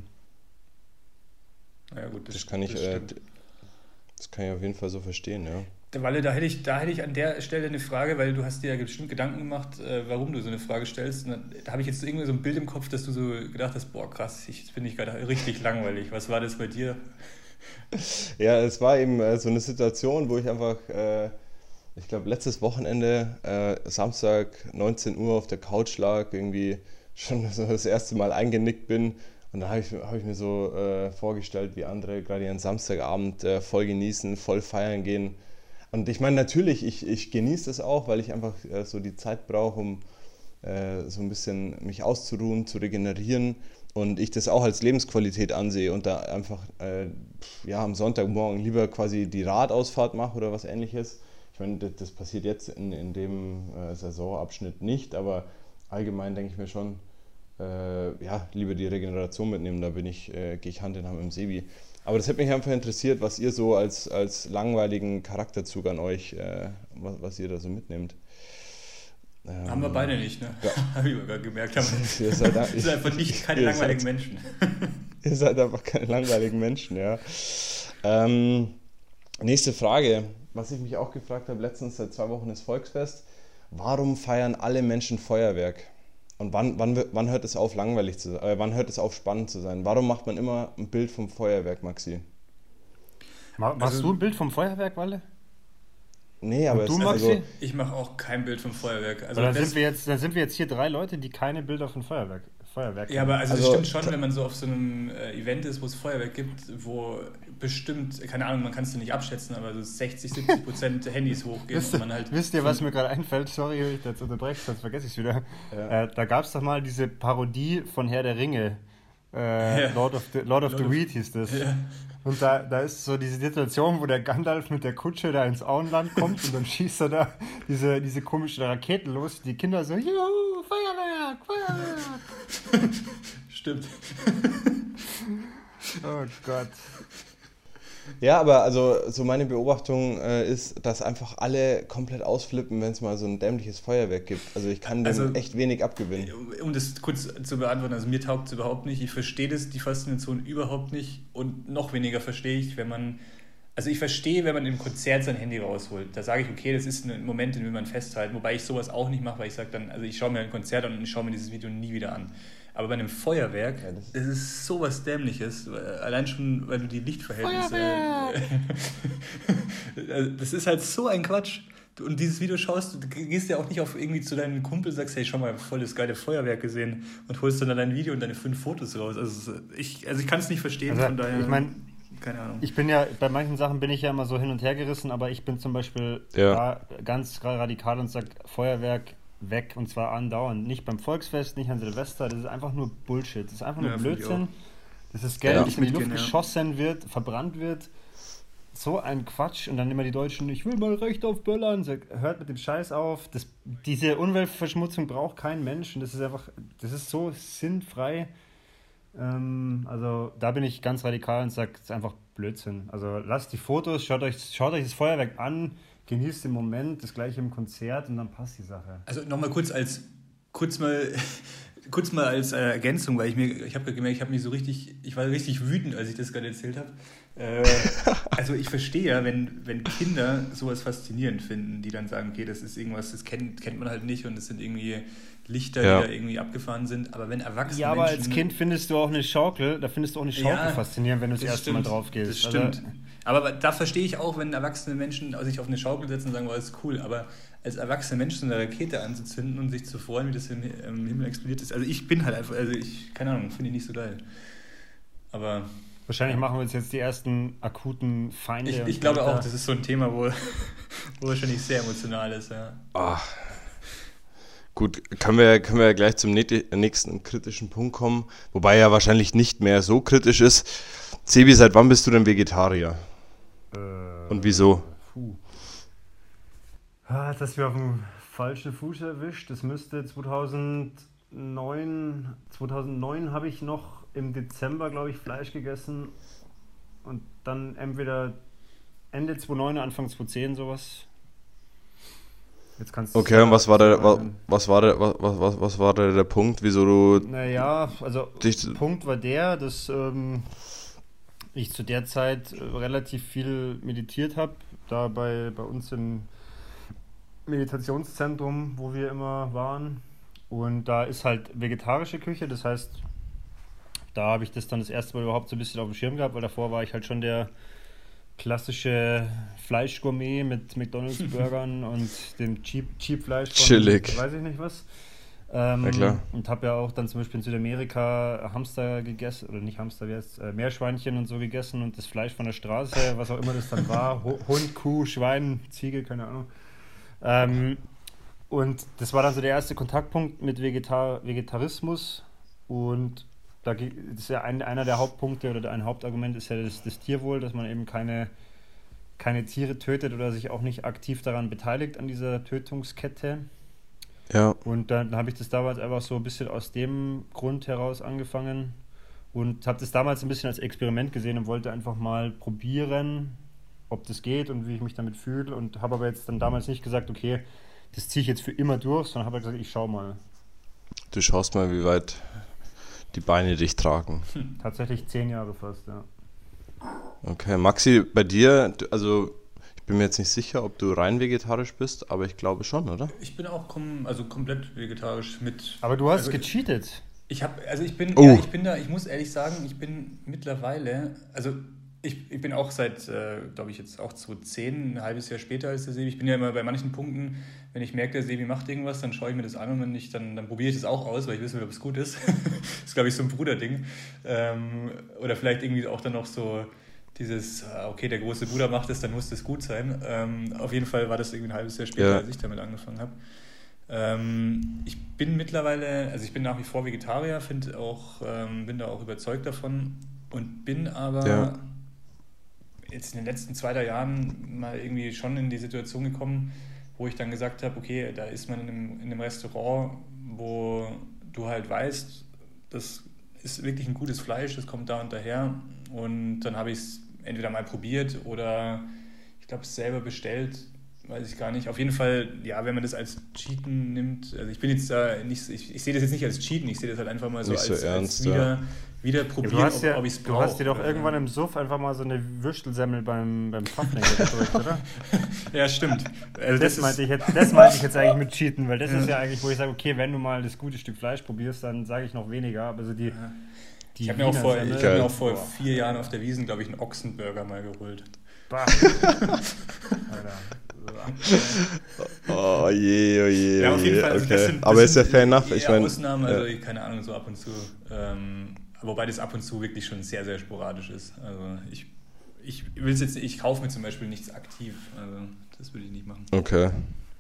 Ja, gut, Das kann ich, das äh, stimmt. das kann ich auf jeden Fall so verstehen, ja. Der Walle, da hätte ich, da hätte ich an der Stelle eine Frage, weil du hast dir ja bestimmt Gedanken gemacht, äh, warum du so eine Frage stellst. Und dann, da habe ich jetzt irgendwie so ein Bild im Kopf, dass du so gedacht hast, boah krass, ich finde ich gerade richtig langweilig. Was war das bei dir? Ja, es war eben äh, so eine Situation, wo ich einfach, äh, ich glaube, letztes Wochenende, äh, Samstag, neunzehn Uhr auf der Couch lag, irgendwie schon so das erste Mal eingenickt bin Und dann habe ich, hab ich mir so äh, vorgestellt, wie andere gerade ihren Samstagabend äh, voll genießen, voll feiern gehen. Und ich meine, natürlich, ich, ich genieße es auch, weil ich einfach äh, so die Zeit brauche, um äh, so ein bisschen mich auszuruhen, zu regenerieren. Und ich das auch als Lebensqualität ansehe und da einfach äh, ja, am Sonntagmorgen lieber quasi die Radausfahrt mache oder was Ähnliches. Ich meine, das, das passiert jetzt in, in dem äh, Saisonabschnitt nicht, aber allgemein denke ich mir schon, äh, ja, lieber die Regeneration mitnehmen, da bin ich, äh, gehe ich Hand in Hand mit dem Sebi. Aber das hätte mich einfach interessiert, was ihr so als, als langweiligen Charakterzug an euch, äh, was, was ihr da so mitnehmt. Ähm, haben wir beide nicht, ne? Ja. Habe ich gerade gemerkt. Haben wir seid da, sind einfach nicht keine langweiligen seid, Menschen. Ihr seid einfach keine langweiligen Menschen, ja. Ähm, nächste Frage, was ich mich auch gefragt habe, letztens seit zwei Wochen ist Volksfest. Warum feiern alle Menschen Feuerwerk? Und wann, wann, wann hört es auf, langweilig zu sein? Äh, wann hört es auf, spannend zu sein? Warum macht man immer ein Bild vom Feuerwerk, Maxi? Machst also, du ein Bild vom Feuerwerk, Walle? Nee, aber und du, es, Maxi? Also, ich mache auch kein Bild vom Feuerwerk. Also dann, sind wir jetzt, dann sind wir jetzt hier drei Leute, die keine Bilder von Feuerwerk, Feuerwerk Ja, haben. aber also, Also, es stimmt schon, wenn man so auf so einem äh, Event ist, wo es Feuerwerk gibt, wo bestimmt, keine Ahnung, man kann es nicht abschätzen, aber so sechzig, siebzig Prozent Handys hochgehen. Wisst, und man halt wisst ihr, was mir gerade einfällt? Sorry, ich jetzt unterbreche, sonst vergesse ich es wieder. Ja. Äh, da gab es doch mal diese Parodie von Herr der Ringe. Äh, ja. Lord of the, Lord of Lord the Weed hieß das. Ja. Und da, da ist so diese Situation, wo der Gandalf mit der Kutsche da ins Auenland kommt und dann schießt er da diese, diese komischen Raketen los. Die Kinder so, juhu, Feuerwerk, Feuerwerk. Stimmt. Oh Gott. Ja, aber also so meine Beobachtung äh, ist, dass einfach alle komplett ausflippen, wenn es mal so ein dämliches Feuerwerk gibt. Also ich kann dem also, echt wenig abgewinnen. Um das kurz zu beantworten, also mir taugt es überhaupt nicht. Ich verstehe das, die Faszination überhaupt nicht und noch weniger verstehe ich, wenn man, also ich verstehe, wenn man im Konzert sein Handy rausholt. Da sage ich, okay, das ist ein Moment, den will man festhalten, wobei ich sowas auch nicht mache, weil ich sage dann, also ich schaue mir ein Konzert an und ich schaue mir dieses Video nie wieder an. Aber bei einem Feuerwerk, ja, das, das ist sowas Dämliches. Allein schon, weil du die Lichtverhältnisse... Das ist halt so ein Quatsch. Und dieses Video schaust, du gehst ja auch nicht auf irgendwie zu deinem Kumpel und sagst, hey, schau mal, voll das geile Feuerwerk gesehen und holst dann dein Video und deine fünf Fotos raus. Also ich, also ich kann es nicht verstehen, also, von daher... Ich meine, keine Ahnung. Ich bin ja, bei manchen Sachen bin ich ja immer so hin und her gerissen, aber ich bin zum Beispiel ja. da ganz radikal und sage, Feuerwerk weg und zwar andauernd. Nicht beim Volksfest, nicht an Silvester, das ist einfach nur Bullshit. Das ist einfach nur ja, Blödsinn. Das ist Geld, ja. das in die Luft geschossen wird, verbrannt wird. So ein Quatsch. Und dann immer die Deutschen, ich will mal Recht auf Böllern. Hört mit dem Scheiß auf. Das, diese Umweltverschmutzung braucht kein Mensch. Und das ist einfach, das ist so sinnfrei. Ähm, also da bin ich ganz radikal und sage, es ist einfach Blödsinn. Also lasst die Fotos, schaut euch, schaut euch das Feuerwerk an, genießt den Moment, das gleiche im Konzert und dann passt die Sache. Also nochmal kurz als kurz mal kurz mal als äh, Ergänzung, weil ich mir ich habe gemerkt, ich habe mich so richtig, ich war richtig wütend, als ich das gerade erzählt habe. Äh, also ich verstehe ja, wenn, wenn Kinder sowas faszinierend finden, die dann sagen, okay, das ist irgendwas, das kennt, kennt man halt nicht und das sind irgendwie Lichter, ja. die da irgendwie abgefahren sind, aber wenn erwachsene Ja, aber Menschen, als Kind findest du auch eine Schaukel, da findest du auch eine Schaukel ja, faszinierend, wenn du das, das erste stimmt, Mal drauf gehst. Das stimmt. Also, aber da verstehe ich auch, wenn erwachsene Menschen sich auf eine Schaukel setzen und sagen, oh, das ist cool, aber als erwachsene Menschen so eine Rakete anzuzünden und sich zu freuen, wie das im, im Himmel explodiert ist, also ich bin halt einfach, also ich, keine Ahnung, finde ich nicht so geil. Aber... Wahrscheinlich machen wir uns jetzt die ersten akuten Feinde. Ich, ich glaube auch, das ist so ein Thema, wo, wo wahrscheinlich sehr emotional ist, ja. Oh. Gut, können wir, können wir gleich zum nächsten kritischen Punkt kommen, wobei er wahrscheinlich nicht mehr so kritisch ist. Sebi, seit wann bist du denn Vegetarier? Äh, Und wieso? Puh. Ah, das wir auf dem falschen Fuß erwischt. Das müsste zweitausendneun, zweitausendneun habe ich noch im Dezember, glaube ich, Fleisch gegessen und dann entweder Ende zweitausendneun, Anfang zweitausendzehn sowas. Jetzt kannst du okay, und was war der, was, was war der, was, was, was war der, der Punkt, wieso du... Naja, also dich, der Punkt war der, dass ähm, ich zu der Zeit äh, relativ viel meditiert habe, da bei, bei uns im Meditationszentrum, wo wir immer waren, und da ist halt vegetarische Küche, das heißt, da habe ich das dann das erste Mal überhaupt so ein bisschen auf dem Schirm gehabt, weil davor war ich halt schon der klassische Fleischgourmet mit McDonalds-Burgern und dem Cheap, Cheap Fleisch von Chillig. weiß ich nicht was. Ähm, Ja, klar. und habe ja auch dann zum Beispiel in Südamerika Hamster gegessen, oder nicht Hamster, wie heißt äh, Meerschweinchen und so gegessen und das Fleisch von der Straße, was auch immer das dann war, Ho- Hund, Kuh, Schwein, Ziege, keine Ahnung. Ähm, und das war dann so der erste Kontaktpunkt mit Vegetar Vegetarismus und da ge- das ist ja ein, einer der Hauptpunkte oder ein Hauptargument ist ja das, das Tierwohl, dass man eben keine, keine Tiere tötet oder sich auch nicht aktiv daran beteiligt an dieser Tötungskette. Ja, Und dann habe ich das damals einfach so ein bisschen aus dem Grund heraus angefangen und habe das damals ein bisschen als Experiment gesehen und wollte einfach mal probieren, ob das geht und wie ich mich damit fühle. Und habe aber jetzt dann damals nicht gesagt, okay, das ziehe ich jetzt für immer durch, sondern habe gesagt, ich schau mal. du schaust mal, wie weit die Beine dich tragen. Tatsächlich zehn Jahre fast, ja. Okay, Maxi, bei dir, du- also ich bin mir jetzt nicht sicher, ob du rein vegetarisch bist, aber ich glaube schon, oder? Ich bin auch kom also komplett vegetarisch mit. Aber du hast Also gecheatet. ich habe, also ich bin, Oh. ja, ich bin da, ich muss ehrlich sagen, ich bin mittlerweile, also ich, ich bin auch seit, äh, glaube ich, jetzt auch zehn, ein halbes Jahr später als der Sebi. Ich bin ja immer bei manchen Punkten, wenn ich merke, der Sebi macht irgendwas, dann schaue ich mir das an und wenn nicht, dann, dann probiere ich das auch aus, weil ich wissen will, ob es gut ist. Das ist, glaube ich, so ein Bruderding. Ähm, oder vielleicht irgendwie auch dann noch so dieses, ah, okay, der große Bruder macht es, dann muss das gut sein. Ähm, auf jeden Fall war das irgendwie ein halbes Jahr später, Ja. als ich damit angefangen habe. Ähm, ich bin mittlerweile, also ich bin nach wie vor Vegetarier, finde auch, ähm, bin da auch überzeugt davon und bin aber Ja. jetzt in den letzten zwei, drei Jahren mal irgendwie schon in die Situation gekommen, wo ich dann gesagt habe, okay, da ist man in einem, in einem Restaurant, wo du halt weißt, das ist wirklich ein gutes Fleisch, das kommt da und daher und dann habe ich es entweder mal probiert oder ich glaube es selber bestellt, weiß ich gar nicht. Auf jeden Fall, ja, wenn man das als Cheaten nimmt, also ich bin jetzt da nicht, ich, ich sehe das jetzt nicht als Cheaten, ich sehe das halt einfach mal so Nicht als, so ernst, als wieder, ja. wieder Ja, probieren, du hast ja, ob, ob ich es du brauche. hast dir doch oder- irgendwann im Suff einfach mal so eine Würstelsemmel beim, beim Pfaffenegger gedrückt, oder? Ja, stimmt. Also Das, das meinte ist, ich jetzt, das meinte ich jetzt eigentlich mit Cheaten, weil das ist ja eigentlich, wo ich sage, okay, wenn du mal das gute Stück Fleisch probierst, dann sage ich noch weniger, aber so die, die ich habe mir auch vor, Wiener ich Semmel- hab mir auch vor Boah. vier Jahren auf der Wiesn, glaube ich, einen Ochsenburger mal geholt. Bah. Alter. Oh je, oh je, Ja, oh auf jeden je. Fall. Also Okay. das sind, das Aber ist ja sind fair enough. eher Ich meine, Ausnahmen, also ja. keine Ahnung, so ab und zu. Ähm, wobei das ab und zu wirklich schon sehr, sehr sporadisch ist. Also ich, ich will es jetzt, ich kaufe mir zum Beispiel nichts aktiv. Also das würde ich nicht machen. Okay.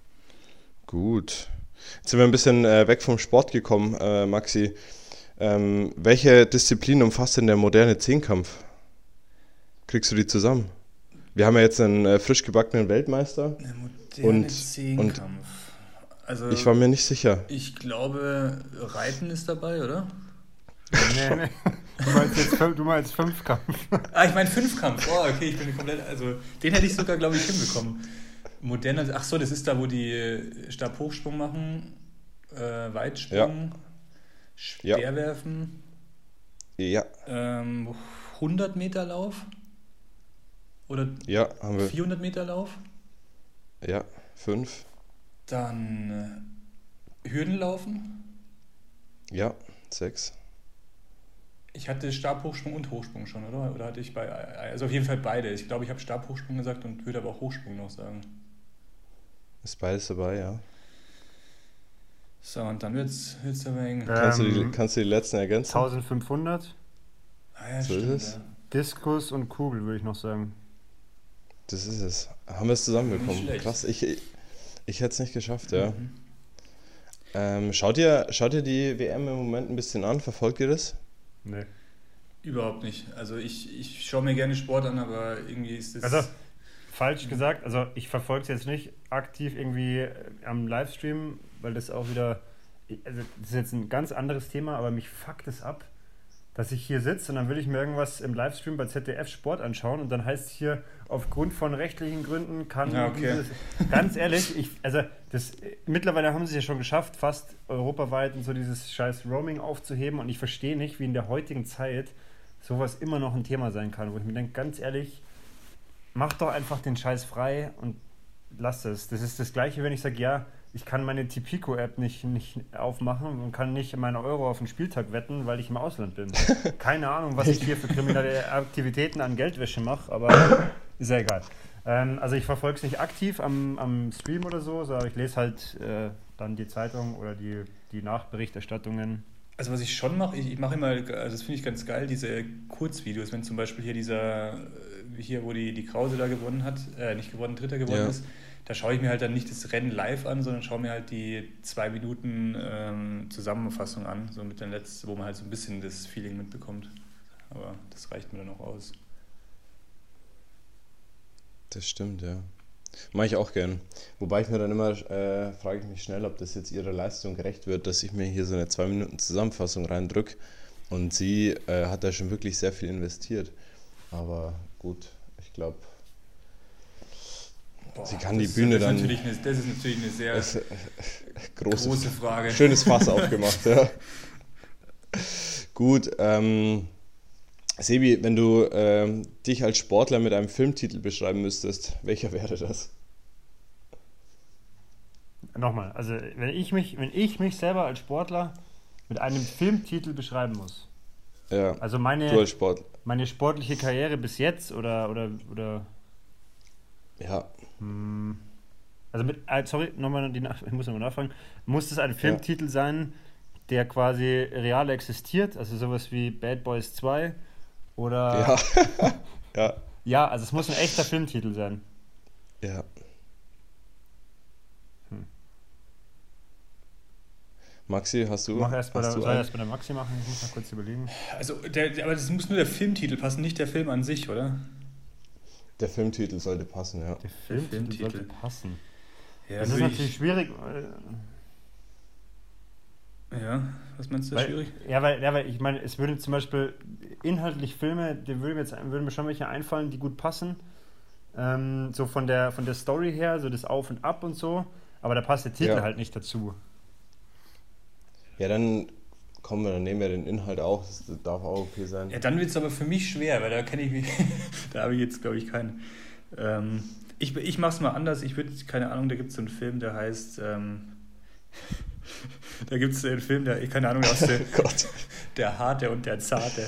Gut. Jetzt sind wir ein bisschen äh, weg vom Sport gekommen, äh, Maxi. Ähm, welche Disziplin umfasst denn der moderne Zehnkampf? Kriegst du die zusammen? Wir haben ja jetzt einen äh, frisch gebackenen Weltmeister. Der moderne Und- Zehnkampf. Also Ich war mir nicht sicher. ich glaube, Reiten ist dabei, oder? Nee, nee. Du meinst jetzt fünf, du meinst Fünfkampf. Ah, ich meine Fünfkampf. Oh, okay, ich bin komplett. Also, den hätte ich sogar, glaube ich, hinbekommen. Moderner. Ach so, das ist da, wo die Stabhochsprung machen, äh, Weitsprung, Ja. Speerwerfen, Ja, ähm, hundert Meter Lauf oder ja, haben wir. vierhundert Meter Lauf. Ja, fünf. Dann äh, Hürdenlaufen. Ja, sechs. Ich hatte Stabhochsprung und Hochsprung schon, oder? Oder hatte ich bei. Also auf jeden Fall beide. Ich glaube, ich habe Stabhochsprung gesagt und würde aber auch Hochsprung noch sagen. Ist beides dabei, ja. So, und dann wird es aber eng. Kannst, du die, Ähm, kannst du die letzten ergänzen? eintausendfünfhundert, Ah, ja, so ist stimmt, es. ja. Diskus und Kugel, würde ich noch sagen. Das ist es. Haben wir es zusammenbekommen. Nicht schlecht. Krass, ich, ich, ich hätte es nicht geschafft, ja. Mhm. Ähm, schaut, ihr, schaut ihr die W M im Moment ein bisschen an? Verfolgt ihr das? Nee. Überhaupt nicht. Also ich, ich schaue mir gerne Sport an, aber irgendwie ist das. Also, falsch gesagt, also ich verfolge es jetzt nicht aktiv irgendwie äh, am Livestream, weil das auch wieder, also das ist jetzt ein ganz anderes Thema, aber mich fuckt es ab, dass ich hier sitze und dann will ich mir irgendwas im Livestream bei Z D F Sport anschauen und dann heißt es hier, aufgrund von rechtlichen Gründen kann Ja, okay. dieses, ganz ehrlich, ich, also das, mittlerweile haben sie es ja schon geschafft, fast europaweit und so dieses scheiß Roaming aufzuheben und ich verstehe nicht, wie in der heutigen Zeit sowas immer noch ein Thema sein kann, wo ich mir denke, ganz ehrlich, mach doch einfach den Scheiß frei und lass es. Das ist das Gleiche, wenn ich sage, ja, ich kann meine Tipico-App nicht, nicht aufmachen und kann nicht meine Euro auf den Spieltag wetten, weil ich im Ausland bin. Keine Ahnung, was ich hier für kriminelle Aktivitäten an Geldwäsche mache, aber ist ja egal. Ähm, also ich verfolge es nicht aktiv am, am Stream oder so, so, aber ich lese halt äh, dann die Zeitung oder die, die Nachberichterstattungen. Also was ich schon mache, ich, ich mache immer, also das finde ich ganz geil, diese Kurzvideos, wenn zum Beispiel hier dieser, äh, hier wo die, die Krause da gewonnen hat, äh, nicht gewonnen, Dritter geworden Ja. ist, da schaue ich mir halt dann nicht das Rennen live an, sondern schaue mir halt die zwei Minuten ähm, Zusammenfassung an, so mit den letzten, wo man halt so ein bisschen das Feeling mitbekommt. Aber das reicht mir dann auch aus. Das stimmt, ja. Mache ich auch gern. Wobei ich mir dann immer, äh, frage ich mich schnell, ob das jetzt ihrer Leistung gerecht wird, dass ich mir hier so eine zwei Minuten Zusammenfassung reindrücke. Und sie äh, hat da schon wirklich sehr viel investiert. Aber gut, ich glaube, sie kann die das, Bühne das ist dann... Natürlich eine, das ist natürlich eine sehr Das, äh, große, große Frage. Schönes Fass aufgemacht, ja. Gut, ähm... Sebi, wenn du ähm, dich als Sportler mit einem Filmtitel beschreiben müsstest, welcher wäre das? Nochmal, also wenn ich mich, wenn ich mich selber als Sportler mit einem Filmtitel beschreiben muss, Ja, also du meine, als Sportler. meine sportliche Karriere bis jetzt oder, oder, oder Ja, hm, also mit, äh, sorry, nochmal die Nach ich muss nochmal nachfragen, muss es ein Filmtitel sein, der quasi real existiert, also sowas wie Bad Boys zwei oder... ja, ja, Ja, also es muss ein echter Filmtitel sein. ja. Hm. Maxi, hast du, Mach erst bei hast der, du soll einen? erst bei der Maxi machen, ich muss mal kurz überlegen. Also, der, der, aber das muss nur der Filmtitel passen, nicht der Film an sich, oder? Der Filmtitel sollte passen, ja. Der Filmtitel, Filmtitel. sollte passen. Ja, Das ist würde natürlich schwierig. äh, ich, ja, was meinst du, Weil, schwierig? ja, weil, ja, weil ich meine, es würde zum Beispiel inhaltlich Filme, die würden mir, jetzt, würden mir schon welche einfallen, die gut passen. Ähm, so von der, von der Story her, so das Auf und Ab und so. Aber da passt der Titel Ja. halt nicht dazu. Ja, dann kommen wir, dann nehmen wir den Inhalt auch, das darf auch okay sein. Ja, dann wird es aber für mich schwer, weil da kenne ich mich, da habe ich jetzt, glaube ich, keinen. Ähm, ich ich mache es mal anders. Ich würde, keine Ahnung, da gibt es so einen Film, der heißt, ähm, da gibt es einen Film, der, keine Ahnung, aus der, Oh Gott. der Harte und der Zarte.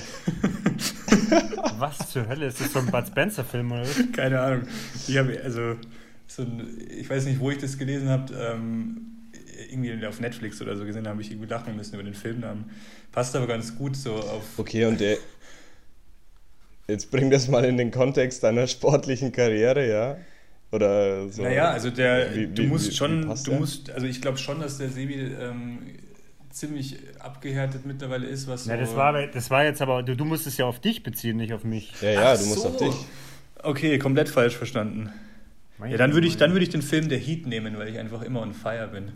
Was zur Hölle? Ist das so ein Bud Spencer-Film oder was? Keine Ahnung. Ich habe, also, so ein, ich weiß nicht, wo ich das gelesen habe, ähm, irgendwie auf Netflix oder so gesehen, da habe ich irgendwie lachen müssen über den Filmnamen. Passt aber ganz gut so auf. Okay, und der, jetzt bring das mal in den Kontext deiner sportlichen Karriere, ja? Oder so. Naja, also der, Wie- du wie- musst wie- schon, wie passt du der? musst, also ich glaube schon, dass der Sebi ähm, ziemlich abgehärtet mittlerweile ist, was so... Ja, das war, das war jetzt aber, du, du musst es ja auf dich beziehen, nicht auf mich. Ja, ja, Ach du musst so. auf dich. Okay, komplett falsch verstanden. Meine Ja, dann würde ich, Güte. dann würde ich den Film Der Heat nehmen, weil ich einfach immer on fire bin.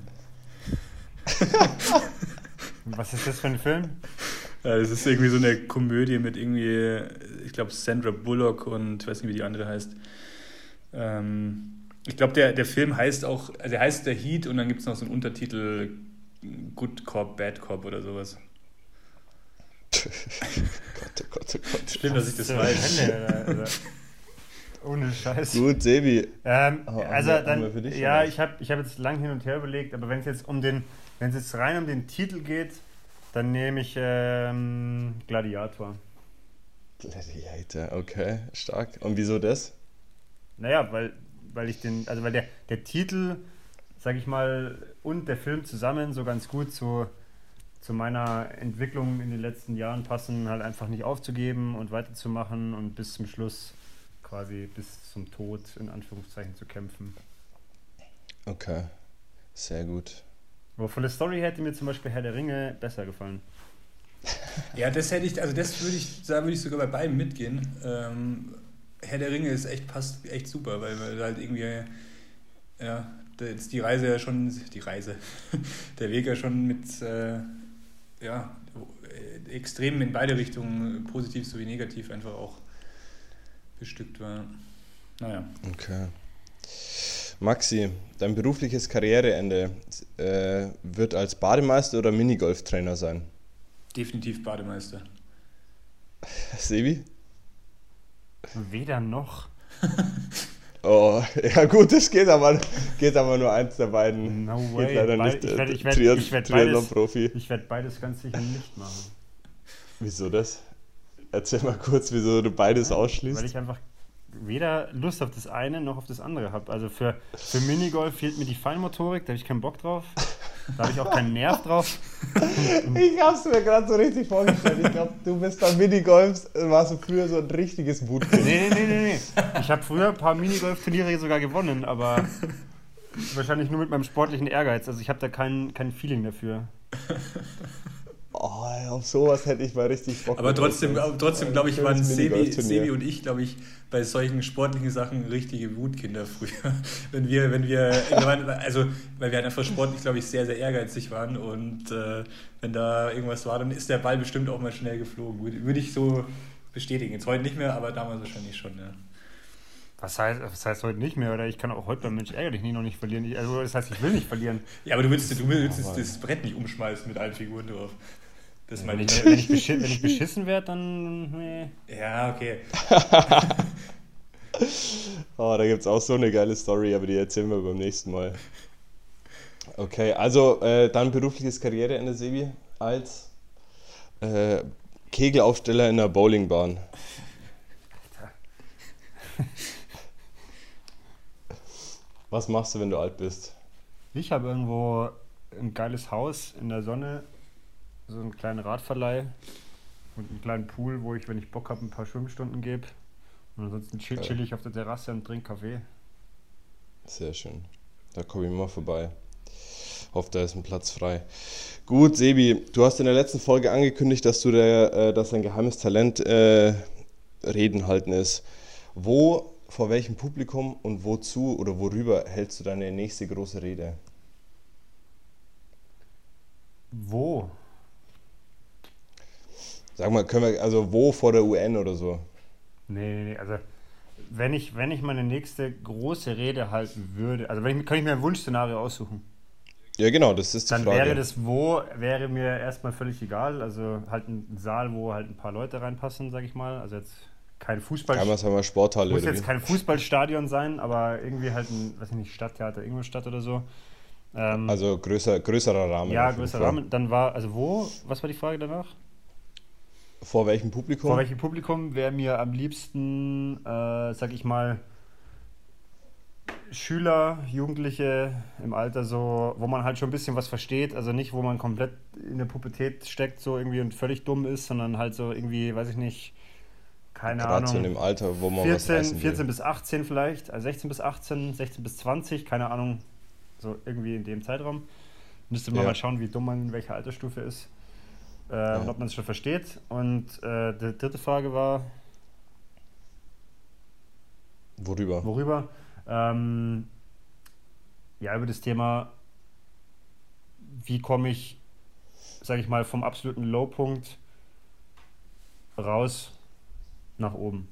Was ist das für ein Film? Ja, das ist irgendwie so eine Komödie mit irgendwie, ich glaube, Sandra Bullock und ich weiß nicht, wie die andere heißt. Ähm, ich glaube, der, der Film heißt auch, also der heißt Der Heat und dann gibt es noch so einen Untertitel Good Cop, Bad Cop oder sowas. Gott, oh Gott, oh Gott. Schlimm, dass ich das Zur weiß. Hölle, Alter, Alter. Ohne Scheiß. Gut, Sebi. Ähm, Haben wir- also haben dann, wir für dich ja, schon was? ich habe ich hab jetzt lang hin und her überlegt, aber wenn es jetzt um den, wenn es jetzt rein um den Titel geht, dann nehme ich ähm, Gladiator. Gladiator, okay, stark. Und wieso das? Naja, weil, weil ich den, also weil der, der Titel, sag ich mal, und der Film zusammen so ganz gut zu, zu meiner Entwicklung in den letzten Jahren passen, halt einfach nicht aufzugeben und weiterzumachen und bis zum Schluss quasi bis zum Tod in Anführungszeichen zu kämpfen. Okay, sehr gut. Aber von der Story her hätte mir zum Beispiel Herr der Ringe besser gefallen. Ja, das hätte ich, also das würde ich, da würde ich sogar bei beiden mitgehen. Ähm, Herr der Ringe ist echt, passt echt super, weil, weil halt irgendwie, ja, da jetzt die Reise ja schon, die Reise, der Weg ja schon mit, äh, ja, Extremen in beide Richtungen, positiv sowie negativ, einfach auch bestückt war. Naja. Okay. Maxi, dein berufliches Karriereende äh, wird als Bademeister oder Minigolftrainer sein? Definitiv Bademeister. Sebi? Weder noch. Oh, ja gut, das geht aber, geht aber nur eins der beiden. No Geht way. leider Beid- nicht. ich werd- äh, ich werd- Triath- ich werd beides- Triathlon-Profi. Ich werde beides ganz sicher nicht machen. Wieso das? Erzähl mal kurz, wieso du beides Ja, ausschließt. Weil ich einfach weder Lust auf das eine noch auf das andere habe. Also für, für Minigolf fehlt mir die Feinmotorik, da habe ich keinen Bock drauf. Da habe ich auch keinen Nerv drauf. Ich hab's mir gerade so richtig vorgestellt. Ich glaube, du bist beim Minigolf, warst du früher so ein richtiges Bootkind. Nee, nee, nee, nee. Ich habe früher ein paar Minigolf-Turniere sogar gewonnen, aber wahrscheinlich nur mit meinem sportlichen Ehrgeiz. Also ich habe da kein, kein Feeling dafür. Oh, auf sowas hätte ich mal richtig Bock. Aber trotzdem, drauf. trotzdem glaube ich, waren Schönes Sebi, Minigolf-Turnier. Sebi und ich, glaube ich, bei solchen sportlichen Sachen richtige Wutkinder früher. Wenn wir, wenn wir, wir waren, also, weil wir halt einfach sportlich, glaube ich, sehr, sehr ehrgeizig waren und äh, wenn da irgendwas war, dann ist der Ball bestimmt auch mal schnell geflogen. Würde, würde ich so bestätigen. Jetzt heute nicht mehr, aber damals wahrscheinlich schon, ja. Was heißt, was heißt heute nicht mehr? Oder ich kann auch heute beim Mensch ärgerlich nie noch nicht verlieren. Ich, also das heißt, ich will nicht verlieren. Ja, aber du willst, du willst das, das Brett nicht umschmeißen mit allen Figuren drauf. Das meine ich. Wenn ich, beschi- wenn ich beschissen werde, dann... Nee. Ja, okay. Oh, da gibt es auch so eine geile Story, aber die erzählen wir beim nächsten Mal. Okay, also äh, dann berufliches Karriereende, Sebi, als äh, Kegelaufsteller in der Bowlingbahn. Was machst du, wenn du alt bist? Ich habe irgendwo ein geiles Haus in der Sonne, so einen kleinen Radverleih und einen kleinen Pool, wo ich, wenn ich Bock habe, ein paar Schwimmstunden gebe. Und ansonsten chill, chill ich auf der Terrasse und trinke Kaffee. Sehr schön. Da komme ich mal vorbei. Hoffe, da ist ein Platz frei. Gut, Sebi, du hast in der letzten Folge angekündigt, dass du der, äh, dass dein geheimes Talent äh, Reden halten ist. Wo, vor welchem Publikum und wozu oder worüber hältst du deine nächste große Rede? Wo? Sag mal, können wir, also wo vor der U N oder so? Nee, nee, nee, also wenn ich, wenn ich meine nächste große Rede halten würde, also wenn ich, kann ich mir ein Wunschszenario aussuchen. Ja, genau, das ist die Dann Frage. wäre das Wo, wäre mir erstmal völlig egal. Also halt ein Saal, wo halt ein paar Leute reinpassen, sag ich mal. Also jetzt kein Fußball. Einmal sagen wir Sporthalle Muss oder jetzt wie? kein Fußballstadion sein, aber irgendwie halt ein, weiß ich nicht, Stadttheater Ingolstadt oder so. Ähm, Also größer, größerer Rahmen. ja, auf jeden größerer Fall. Rahmen. Dann war, also wo, was war die Frage danach? Vor welchem Publikum? Vor welchem Publikum wäre mir am liebsten, äh, sag ich mal, Schüler, Jugendliche im Alter so, wo man halt schon ein bisschen was versteht, also nicht, wo man komplett in der Pubertät steckt so irgendwie und völlig dumm ist, sondern halt so irgendwie, weiß ich nicht, keine Gerade so in Ahnung, dem Alter, wo man was vierzehn, reißen will. vierzehn bis achtzehn vielleicht, also sechzehn bis achtzehn, sechzehn bis zwanzig, keine Ahnung, so irgendwie in dem Zeitraum. Müsste man Ja. mal schauen, wie dumm man in welcher Altersstufe ist äh, Ja. und ob man es schon versteht. Und äh, die dritte Frage war, Worüber? worüber? Ähm, ja, über das Thema, wie komme ich, sage ich mal, vom absoluten Lowpunkt raus nach oben.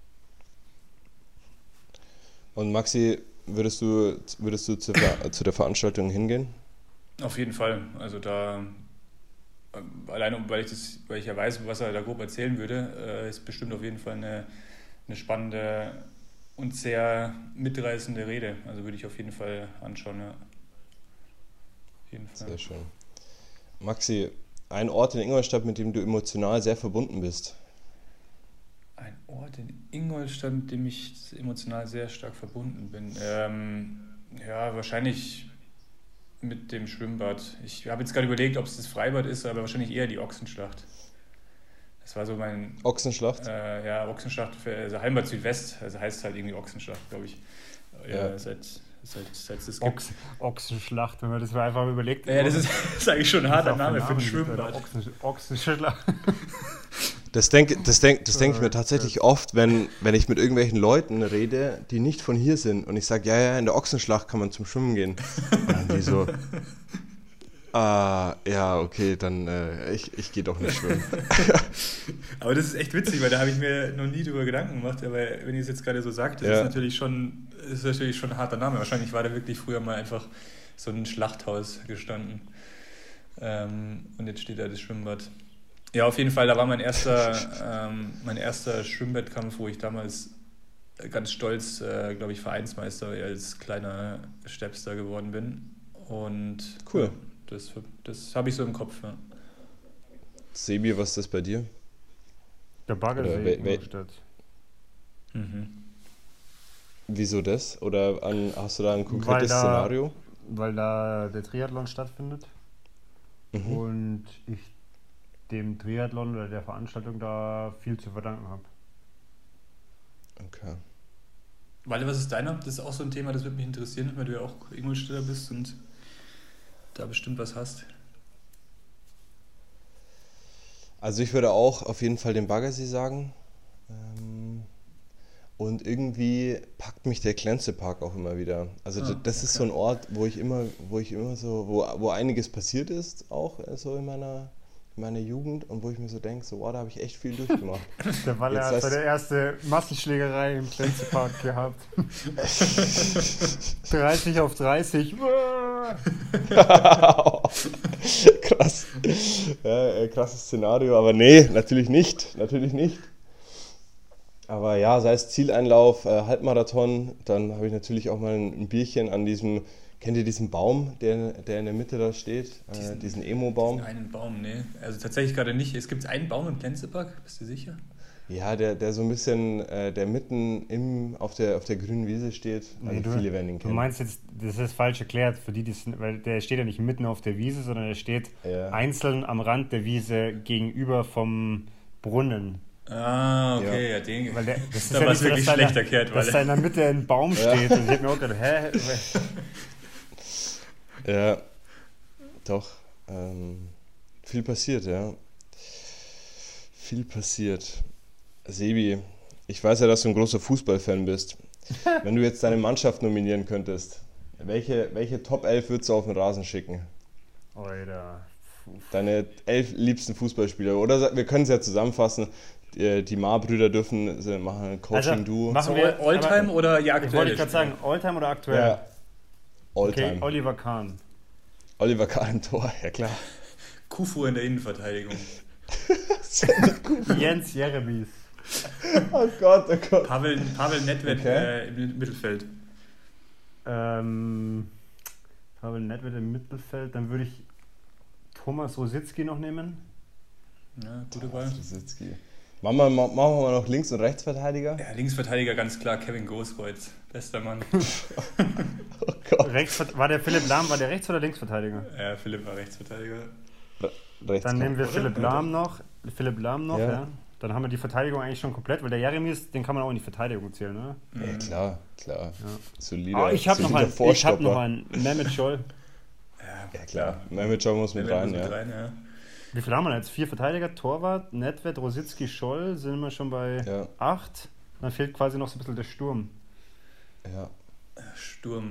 Und Maxi, würdest du, würdest du zu, Ver- zu der Veranstaltung hingehen? Auf jeden Fall. Also da, äh, alleine weil ich, das, weil ich ja weiß, was er da grob erzählen würde, äh, ist bestimmt auf jeden Fall eine, eine spannende und sehr mitreißende Rede. Also würde ich auf jeden Fall anschauen. Ja. Auf jeden Fall. Sehr schön. Maxi, ein Ort in Ingolstadt, mit dem du emotional sehr verbunden bist. Ein Ort in Ingolstadt, mit dem ich emotional sehr stark verbunden bin. Ähm, ja, wahrscheinlich mit dem Schwimmbad. Ich habe jetzt gerade überlegt, ob es das Freibad ist, aber wahrscheinlich eher die Ochsenschlacht. Das war so mein, Ochsenschlacht? äh, ja, Ochsenschlacht, für, also Heimbad Südwest, also heißt halt irgendwie Ochsenschlacht, glaube ich. Ja, Ja. seit, seit, seit es das gibt. Ochs, Ochsenschlacht, wenn man das mal einfach überlegt. Ja, das ist, das ist eigentlich schon ein Was harter auch Name für ein Namen gibt, oder? Schwimmbad. Ochsen, Ochsenschlacht. Das denke das denk, das denk ich mir Äh, tatsächlich oft, wenn, wenn ich mit irgendwelchen Leuten rede, die nicht von hier sind. Und ich sage, ja, ja, in der Ochsenschlacht kann man zum Schwimmen gehen. Und dann die so, ah, ja, okay, dann äh, ich, ich gehe doch nicht schwimmen. Aber das ist echt witzig, weil da habe ich mir noch nie drüber Gedanken gemacht, aber wenn ihr es jetzt gerade so sagt, das Ja. ist natürlich schon, das ist natürlich schon ein harter Name. Wahrscheinlich war da wirklich früher mal einfach so ein Schlachthaus gestanden. Ähm, und jetzt steht da das Schwimmbad. Ja, auf jeden Fall, da war mein erster, ähm, mein erster Schwimmwettkampf, wo ich damals ganz stolz, äh, glaube ich, Vereinsmeister als kleiner Stepster geworden bin. Und Cool. ja, das, das habe ich so im Kopf. Ja. Sebi, was ist das bei dir? Der Oder Baggersee we- in we- Ingolstadt. Mhm. Wieso das? Oder an, hast du da ein Weil konkretes da, Szenario? weil da der Triathlon stattfindet Mhm. und ich dem Triathlon oder der Veranstaltung da viel zu verdanken habe. Okay. Walle, was ist deiner? Das ist auch so ein Thema, das würde mich interessieren, weil du ja auch Ingolstädter bist und da bestimmt was hast. Also ich würde auch auf jeden Fall den Baggersee sagen. Ähm, und irgendwie packt mich der Glänzepark auch immer wieder. Also d- Ah, das ist so okay. ein Ort, wo ich immer, wo ich immer so, wo, wo einiges passiert ist, auch äh, so in meiner, in meiner Jugend und wo ich mir so denke, so, wow, da habe ich echt viel durchgemacht. Der Walle Jetzt hat seine weißt erste Massenschlägerei im Glänzepark gehabt. dreißig auf dreißig. Krass. Ja, äh, krasses Szenario, aber nee, natürlich nicht, natürlich nicht. Aber ja, sei es Zieleinlauf, äh, Halbmarathon, dann habe ich natürlich auch mal ein, ein Bierchen an diesem, kennt ihr diesen Baum, der, der in der Mitte da steht, äh, Diesen, diesen diesen Emo-Baum? einen Baum, ne? Also tatsächlich gerade nicht. Es gibt einen Baum im Glänzepark, bist du sicher? Ja, der, der so ein bisschen, äh, der mitten im, auf der, auf der grünen Wiese steht. Also Nee, du, viele werden ihn du kennen. meinst jetzt, das ist falsch erklärt, für die, die es- weil der steht ja nicht mitten auf der Wiese, sondern er steht Ja. einzeln am Rand der Wiese gegenüber vom Brunnen. Ah, okay, ja, den. Weil der, das ist Da ja war nicht es so, dass wirklich da, schlecht da, erklärt, dass da weil. in der Mitte ein Baum Ja. steht. Und ich hab mir auch gedacht, hä? Ja, doch. Ähm, viel passiert, ja. Viel passiert. Sebi, ich weiß ja, dass du ein großer Fußballfan bist. Wenn du jetzt deine Mannschaft nominieren könntest, welche, welche Top elf würdest du auf den Rasen schicken? Alter. Deine elf liebsten Fußballspieler. Oder sa- wir können es ja zusammenfassen. Die, die Maar-Brüder dürfen sie machen ein Also, Coaching-Duo. machen So, wir. Alltime aber- oder ja, Ich aktuell? wollte gerade sagen, Alltime oder aktuell? Ja, Okay, Alltime. Oliver Kahn. Oliver Kahn im Tor, ja klar. Kufu in der Innenverteidigung. Jens Jeremies. Oh Gott, oh Gott. Pavel, Pavel Nedved Okay. äh, im Mittelfeld. Ähm, Pavel Nedved im Mittelfeld. Dann würde ich Thomas Rositzky noch nehmen. Ja, gute Wahl. Rositzky. Machen wir, ma- machen wir mal noch Links- und Rechtsverteidiger? Ja, Linksverteidiger ganz klar, Kevin Großkreuz. Bester Mann. Oh Gott. Rechtsver war der Philipp Lahm, war der Rechts- oder Linksverteidiger? Ja, Philipp war Rechtsverteidiger. Rechts Dann nehmen wir oder? Philipp Lahm noch. Philipp Lahm noch, Ja. ja. Dann haben wir die Verteidigung eigentlich schon komplett, weil der Jeremies, den kann man auch in die Verteidigung zählen, ne? Ja, klar, klar. Solider, Ah, ich habe noch, solider einen, ich hab Vorstopper. noch einen. Mehmet Scholl. Ja, Ja, klar. Mehmet Scholl muss mit Wer rein, muss mit ja. rein, ja. Wie viel haben wir denn jetzt? Vier Verteidiger, Torwart, Nedved, Rositzky, Scholl. Sind wir schon bei Ja, acht. Dann fehlt quasi noch so ein bisschen der Sturm. ja. Sturm.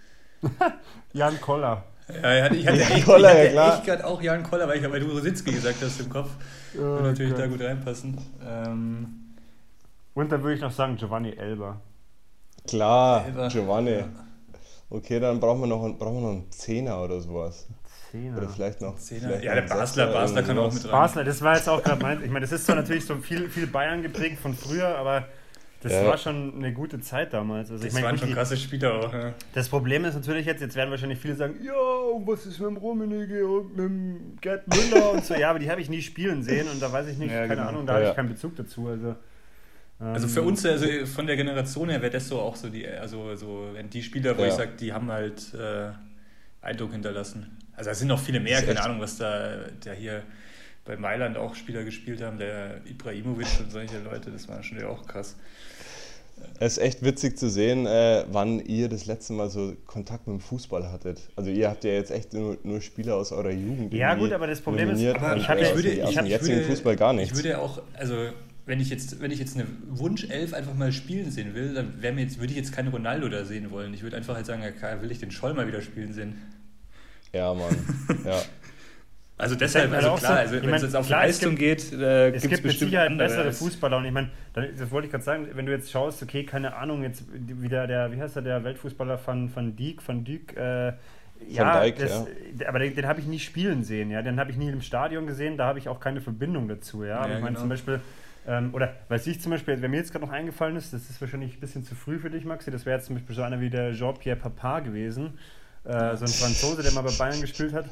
Jan Koller. Ja, ich hatte, ich hatte Jan echt, Koller, ich ja, hatte klar. echt gerade auch Jan Koller, weil, ich, weil du Rositzky gesagt hast im Kopf. Oh Würde natürlich Gott. da gut reinpassen. Ähm, Und dann würde ich noch sagen Giovanni Elber. Klar, Elber. Giovanni. Ja. Okay, dann brauchen wir noch, einen- brauchen wir noch einen Zehner oder sowas. Zehner. Oder vielleicht noch. Zehner. vielleicht Ja, noch der einen Basler, Sechser, Basler kann auch irgendwas. mit rein. Basler, das war jetzt auch gerade mein. Ich meine, das ist zwar natürlich so viel, viel Bayern geprägt von früher, aber das Ja. war schon eine gute Zeit damals. Also ich Das meine, waren gut, schon die, krasse Spieler auch. Ja. das Problem ist natürlich jetzt, jetzt werden wahrscheinlich viele sagen, ja, und was ist mit dem Rummenigge und mit dem Gerd Müller und so. Ja, aber die habe ich nie spielen sehen und da weiß ich nicht, Ja, keine genau. Ahnung, da Ja, habe ja. ich keinen Bezug dazu. Also, ähm, Also für uns, also von der Generation her, wäre das so auch so die, also so, wenn die Spieler, wo Ja. ich sage, die haben halt äh, Eindruck hinterlassen. Also es sind noch viele mehr, Das ist keine echt- Ahnung, was da, der hier bei Mailand auch Spieler gespielt haben, der Ibrahimovic und solche Leute, das war schon ja auch krass. Es ist echt witzig zu sehen, äh, wann ihr das letzte Mal so Kontakt mit dem Fußball hattet. Also ihr habt ja jetzt echt nur, nur Spieler aus eurer Jugend. Ja, irgendwie gut, aber das Problem ist, nominiert aber und, ich hatte- äh, ich aus würde- dem- ich aus hab- dem ich jetzigen würde- Fußball gar nichts. Ich würde ja auch, also wenn ich jetzt, wenn ich jetzt eine Wunschelf einfach mal spielen sehen will, dann wäre mir jetzt, würde ich jetzt keinen Ronaldo da sehen wollen. Ich würde einfach halt sagen, ja, will ich den Scholl mal wieder spielen sehen. Ja, Mann. Ja. Also deshalb, halt also auch klar, so- also ich wenn mein, es jetzt auf klar, es Leistung geht, äh, Es gibt's gibt mit bestimmt Sicherheit andere bessere als- Fußballer und ich meine, dann- das wollte ich gerade sagen, wenn du jetzt schaust, okay, keine Ahnung, jetzt wieder der, wie heißt der, der Weltfußballer von, von Dijk, von Dijk, äh, ja, Dijk, das, aber den, den habe ich nie spielen sehen, ja, den habe ich nie im Stadion gesehen, da habe ich auch keine Verbindung dazu, ja, aber Ja, ich meine genau. zum Beispiel, ähm, oder was ich zum Beispiel, wer mir jetzt gerade noch eingefallen ist, das ist wahrscheinlich ein bisschen zu früh für dich, Maxi, das wäre jetzt zum Beispiel so einer wie der Jean-Pierre Papin gewesen, äh, so ein Franzose, der mal bei Bayern gespielt hat.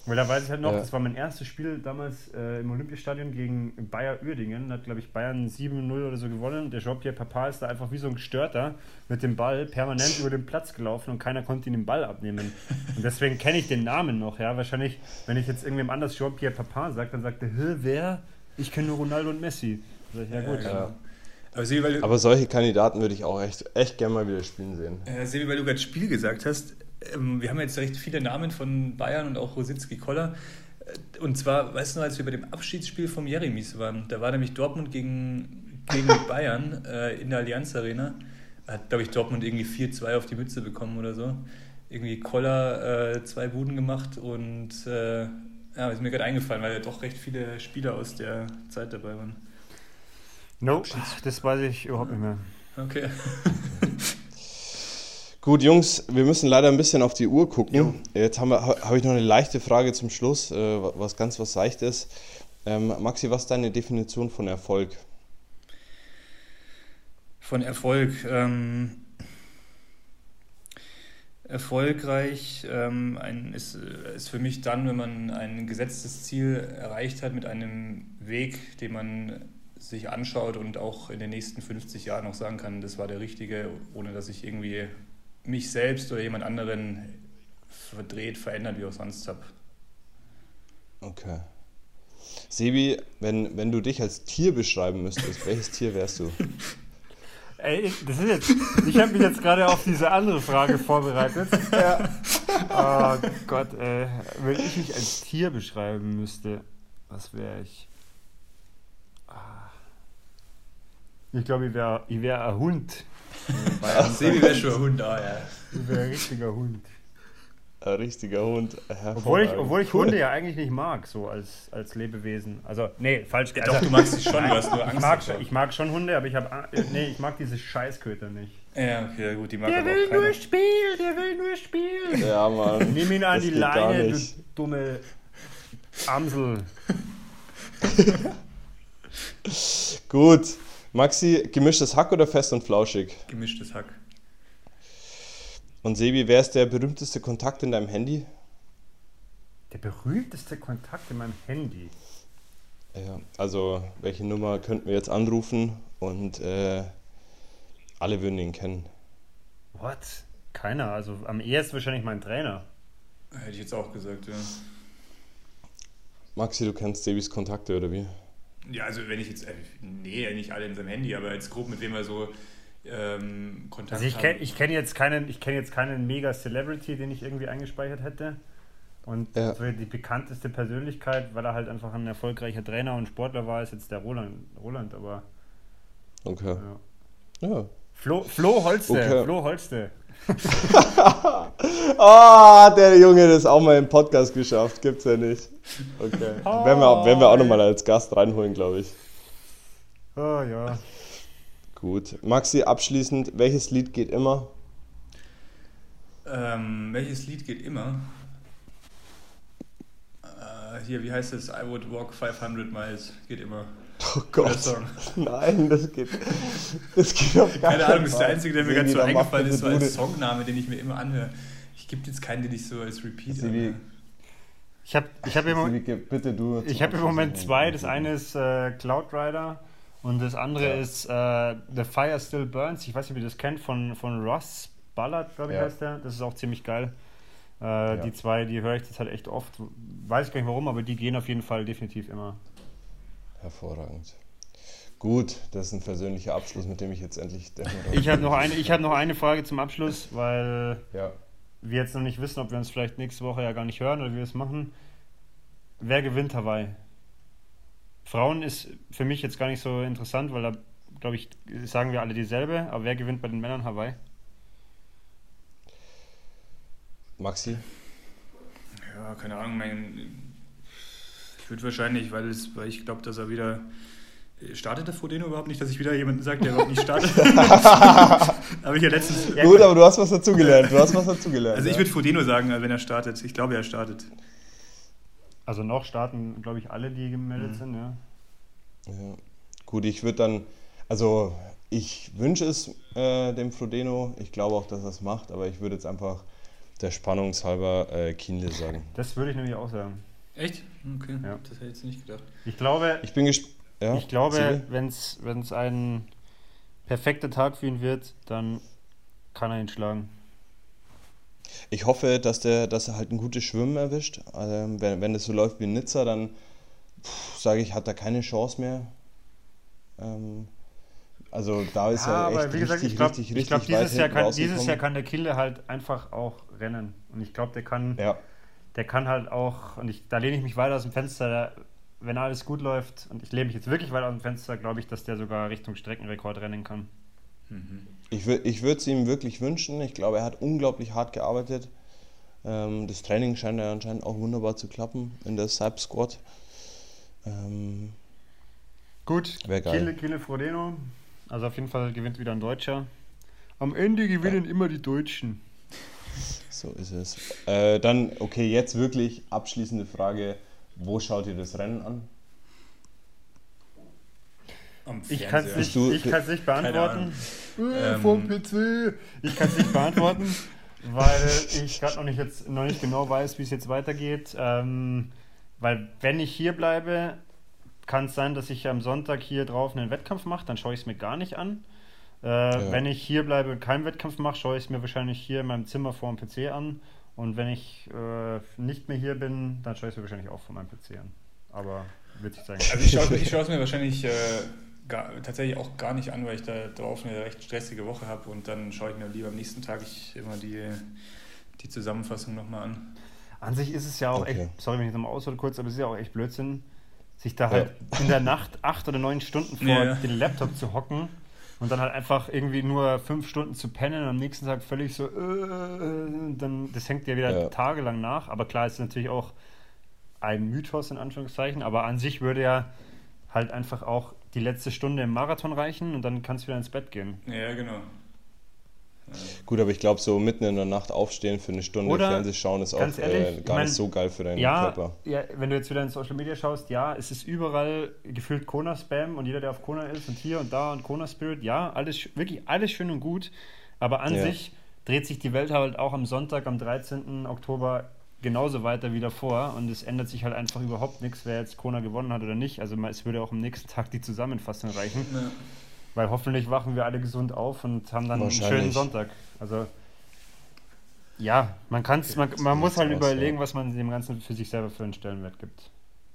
Weil da weiß ich halt noch, Ja. das war mein erstes Spiel damals äh, im Olympiastadion gegen Bayer Uerdingen. Da hat, glaube ich, Bayern sieben null oder so gewonnen. Der Jean-Pierre Papin ist da einfach wie so ein Gestörter mit dem Ball permanent über den Platz gelaufen und keiner konnte ihn den Ball abnehmen. Und deswegen kenne ich den Namen noch. Ja, wahrscheinlich, wenn ich jetzt irgendwem anders Jean-Pierre Papin sage, dann sagt er, hä, wer? Ich kenne nur Ronaldo und Messi. Da sag ich, ja gut. Ja, Ja. Aber Sebi, weil du, Aber solche Kandidaten würde ich auch echt, echt gerne mal wieder spielen sehen. äh, Sebi, weil du gerade Spiel gesagt hast, ähm, wir haben jetzt recht viele Namen von Bayern und auch Rositzky Koller. Äh, Und zwar, weißt du noch, als wir bei dem Abschiedsspiel vom Jeremies waren, da war nämlich Dortmund gegen, gegen Bayern äh, in der Allianz Arena. Da hat, glaube ich, Dortmund irgendwie vier zwei auf die Mütze bekommen oder so. Irgendwie Koller äh, zwei Buden gemacht und äh, ja, ist mir gerade eingefallen, weil ja doch recht viele Spieler aus der Zeit dabei waren. No, das weiß ich überhaupt nicht mehr. Okay. Gut, Jungs, wir müssen leider ein bisschen auf die Uhr gucken. Jetzt habe hab ich noch eine leichte Frage zum Schluss, äh, was ganz was Seichtes. Ähm, Maxi, was ist deine Definition von Erfolg? Von Erfolg. Ähm, erfolgreich ähm, ein, ist, ist für mich dann, wenn man ein gesetztes Ziel erreicht hat mit einem Weg, den man sich anschaut und auch in den nächsten fünfzig Jahren noch sagen kann, das war der richtige, ohne dass ich irgendwie mich selbst oder jemand anderen verdreht, verändert, wie auch sonst habe. Okay. Sebi, wenn, wenn du dich als Tier beschreiben müsstest, welches Tier wärst du? Ey, das ist jetzt, ich habe mich jetzt gerade auf diese andere Frage vorbereitet. Ja. Oh Gott, ey. Wenn ich mich als Tier beschreiben müsste, was wäre ich? Ah. Ich glaube, ich wäre ich wär ein Hund. Sebi wäre schon ein Hund, ah, ja. Ich wäre ein richtiger Hund. Ein richtiger Hund. Obwohl ich, obwohl ich Hunde ja eigentlich nicht mag, so als, als Lebewesen. Also, nee, falsch. Ja, also, doch, du magst sie schon, du hast nur ich, Angst mag, davor. ich mag schon Hunde, aber ich habe nee, ich mag diese Scheißköter nicht. Ja, okay, gut, die mag Der aber will auch keiner. nur spielen, der will nur spielen. Ja, Mann. Nimm ihn an Das die geht gar Leine, du nicht. dumme Amsel. Gut. Maxi, gemischtes Hack oder fest und flauschig? Gemischtes Hack. Und Sebi, wer ist der berühmteste Kontakt in deinem Handy? Der berühmteste Kontakt in meinem Handy. Ja, also welche Nummer könnten wir jetzt anrufen und äh, alle würden ihn kennen. What? Keiner. Also am ehesten wahrscheinlich mein Trainer. Hätte ich jetzt auch gesagt, ja. Maxi, du kennst Sebis Kontakte oder wie? Ja, also wenn ich jetzt, äh, nee, nicht alle in seinem Handy, aber jetzt grob, mit wem er so ähm, Kontakt Also ich haben. kenne ich kenn jetzt keinen, ich kenn jetzt keinen Mega-Celebrity, den ich irgendwie eingespeichert hätte. Und Ja. so die bekannteste Persönlichkeit, weil er halt einfach ein erfolgreicher Trainer und Sportler war, ist jetzt der Roland. Roland, aber Okay. ja. Ja. Flo, Flo Holste, Okay. Flo Holste. Ah, der Junge hat es auch mal im Podcast geschafft. Gibt's ja nicht. Okay. Werden wir, werden wir auch nochmal als Gast reinholen, glaube ich. Oh ja. Gut. Maxi, abschließend, welches Lied geht immer? Ähm, welches Lied geht immer? Äh, hier, wie heißt es? I would walk fünfhundert miles. Geht immer. Oh Guter Gott. Song. Nein, das geht, das geht auf gar Keine keinen Ahnung, das ist der Fall. einzige, der mir Sebi, gerade so da macht eingefallen eine ist, so als Bude. Songname, den ich mir immer anhöre. Ich gibt jetzt keinen, den ich so als Repeat Sebi, anhöre. Ich habe ich hab im, Sebi, gib bitte du. ich hab im Moment zwei. Das eine ist äh, Cloud Rider und das andere Ja. ist äh, The Fire Still Burns. Ich weiß nicht, ob ihr das kennt, von, von Ross Ballard, glaube ich, Ja. heißt der. Das ist auch ziemlich geil. Äh, Ja. Die zwei, die höre ich jetzt halt echt oft. Weiß ich gar nicht warum, aber die gehen auf jeden Fall definitiv immer. Hervorragend. Gut, das ist ein persönlicher Abschluss, mit dem ich jetzt endlich... Ich habe noch, eine- ich hab noch eine Frage zum Abschluss, weil Ja. wir jetzt noch nicht wissen, ob wir uns vielleicht nächste Woche ja gar nicht hören oder wie wir es machen. Wer gewinnt Hawaii? Frauen ist für mich jetzt gar nicht so interessant, weil da, glaube ich, sagen wir alle dieselbe. Aber wer gewinnt bei den Männern Hawaii? Maxi? Ja, keine Ahnung, mein, ich würde wahrscheinlich, weil, es, weil ich glaube, dass er wieder... Startet der Frodeno überhaupt nicht, dass ich wieder jemanden sage, der überhaupt nicht startet? Habe ich ja letztens... Ja, Gut, aber du hast was dazugelernt. Du hast was dazugelernt. Also ich ja. würde Frodeno sagen, wenn er startet. Ich glaube, er startet. Also noch starten, glaube ich, alle, die gemeldet sind, ja. Ja. Gut, ich würde dann, also ich wünsche es äh, dem Frodeno, ich glaube auch, dass er es macht, aber ich würde jetzt einfach der Spannungshalber äh, Kienle sagen. Das würde ich nämlich auch sagen. Echt? Okay, Ja. das hätte ich jetzt nicht gedacht. Ich glaube, Ich bin gespannt. Ja, ich glaube, Siegel? wenn es ein perfekter Tag für ihn wird, dann kann er ihn schlagen. Ich hoffe, dass, der, dass er halt ein gutes Schwimmen erwischt. Also, wenn, wenn das so läuft wie in Nizza, dann sage ich, hat er keine Chance mehr. Ähm, also da ist Ja, er echt aber wie gesagt, richtig, ich glaube, richtig, ich richtig glaub, weit dieses, Jahr hinten kann, dieses rausgekommen. Jahr kann der Kille halt einfach auch rennen. Und ich glaube, der kann, Ja, der kann halt auch, und ich, da lehne ich mich weit aus dem Fenster, der, wenn alles gut läuft, und ich lehne mich jetzt wirklich weit aus dem Fenster, glaube ich, dass der sogar Richtung Streckenrekord rennen kann. Mhm. ich, wür- ich würde es ihm wirklich wünschen. Ich glaube, er hat unglaublich hart gearbeitet. Ähm, das Training scheint ja anscheinend auch wunderbar zu klappen in der Cyp Squad. Ähm, Gut, Wär geil. Kille, Kille Frodeno, also auf jeden Fall gewinnt wieder ein Deutscher. Am Ende gewinnen immer die Deutschen. So ist es. Äh, dann, okay, jetzt wirklich abschließende Frage. Wo schaut ihr das Rennen an? Am Ich kann es Fernseher. nicht, du- ich kann's nicht Keine beantworten. Äh, Ähm, vom P C. Ich kann es nicht beantworten, weil ich gerade noch nicht jetzt noch nicht genau weiß, wie es jetzt weitergeht. Ähm, weil wenn ich hier bleibe, kann es sein, dass ich am Sonntag hier drauf einen Wettkampf mache, dann schaue ich es mir gar nicht an. Äh, Ja. Wenn ich hier bleibe und keinen Wettkampf mache, schaue ich es mir wahrscheinlich hier in meinem Zimmer vor dem P C an. Und wenn ich äh, nicht mehr hier bin, dann schaue ich es mir wahrscheinlich auch vor meinem P C an. Aber wird sich zeigen. Also ich schaue ich schaue es mir wahrscheinlich äh, gar, tatsächlich auch gar nicht an, weil ich da drauf eine recht stressige Woche habe und dann schaue ich mir lieber am nächsten Tag ich immer die, die Zusammenfassung nochmal an. An sich ist es ja auch Okay. echt, sorry, wenn ich nochmal aushole kurz, aber es ist ja auch echt Blödsinn, sich da halt in der Nacht acht oder neun Stunden vor Ja, ja. den Laptop zu hocken und dann halt einfach irgendwie nur fünf Stunden zu pennen und am nächsten Tag völlig so, äh, dann, das hängt ja wieder Ja. tagelang nach. Aber klar, ist natürlich auch ein Mythos in Anführungszeichen, aber an sich würde ja halt einfach auch die letzte Stunde im Marathon reichen und dann kannst du wieder ins Bett gehen. Ja, genau. Gut, aber ich glaube, so mitten in der Nacht aufstehen für eine Stunde Oder, Fernseh schauen ist auch ganz ehrlich, äh, ich gar mein, nicht so geil für deinen Ja, Körper. ja, wenn du jetzt wieder in Social Media schaust, ja, es ist überall gefühlt Kona-Spam und jeder, der auf Kona ist und hier und da und Kona-Spirit, ja, alles, sch- wirklich alles schön und gut, aber an Ja. sich dreht sich die Welt halt auch am Sonntag, am dreizehnten Oktober genauso weiter wie davor und es ändert sich halt einfach überhaupt nichts, wer jetzt Kona gewonnen hat oder nicht. Also es würde auch am nächsten Tag die Zusammenfassung reichen, Ja. weil hoffentlich wachen wir alle gesund auf und haben dann einen schönen Wahrscheinlich. Sonntag. Also ja, man kann's, man, so man muss sieht's halt aus, überlegen, ja. was man dem Ganzen für sich selber für einen Stellenwert gibt.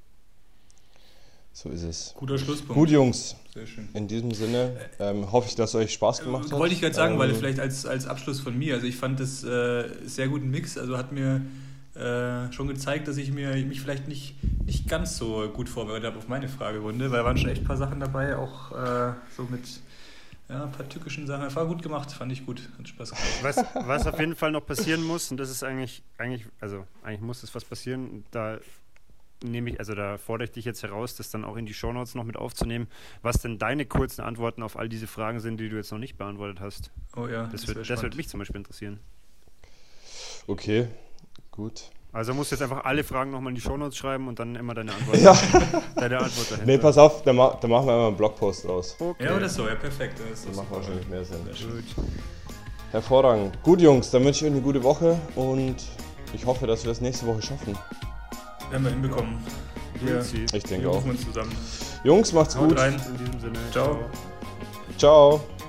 So ist es. Guter Schlusspunkt. Gut, Jungs, Sehr schön. in diesem Sinne ähm, hoffe ich, dass es euch Spaß gemacht hat. Wollte ich gerade sagen, weil Ähm, vielleicht als, als Abschluss von mir, also ich fand das äh, sehr guten Mix, also hat mir äh, schon gezeigt, dass ich mir mich vielleicht nicht, nicht ganz so gut vorbereitet habe auf meine Fragerunde, weil da waren schon echt ein paar Sachen dabei, auch äh, so mit ja, ein paar tückischen Sachen. Das war gut gemacht, fand ich gut, hat Spaß gemacht. Was, was auf jeden Fall noch passieren muss, und das ist eigentlich, eigentlich, also eigentlich muss es was passieren, da nehme ich, also da fordere ich dich jetzt heraus, das dann auch in die Shownotes noch mit aufzunehmen, was denn deine kurzen Antworten auf all diese Fragen sind, die du jetzt noch nicht beantwortet hast. Oh ja, Das, wär wird, das spannend. wird mich zum Beispiel interessieren. Okay, gut. Also musst du jetzt einfach alle Fragen nochmal in die Shownotes schreiben und dann immer deine Antwort, Ja, deine Antwort dahinter. nee, pass auf, da, ma da machen wir einmal einen Blogpost raus. Okay. Ja, oder so, ja, perfekt. Das ist Das doch macht super. wahrscheinlich mehr Sinn. Gut. Hervorragend. Gut, Jungs, dann wünsche ich euch eine gute Woche und ich hoffe, dass wir das nächste Woche schaffen. Werden wir hinbekommen. Wir, Grüezi. Ich denke wir auch. rufen uns zusammen. Jungs, macht's Haut gut. rein. In diesem Sinne. Ciao. Ciao.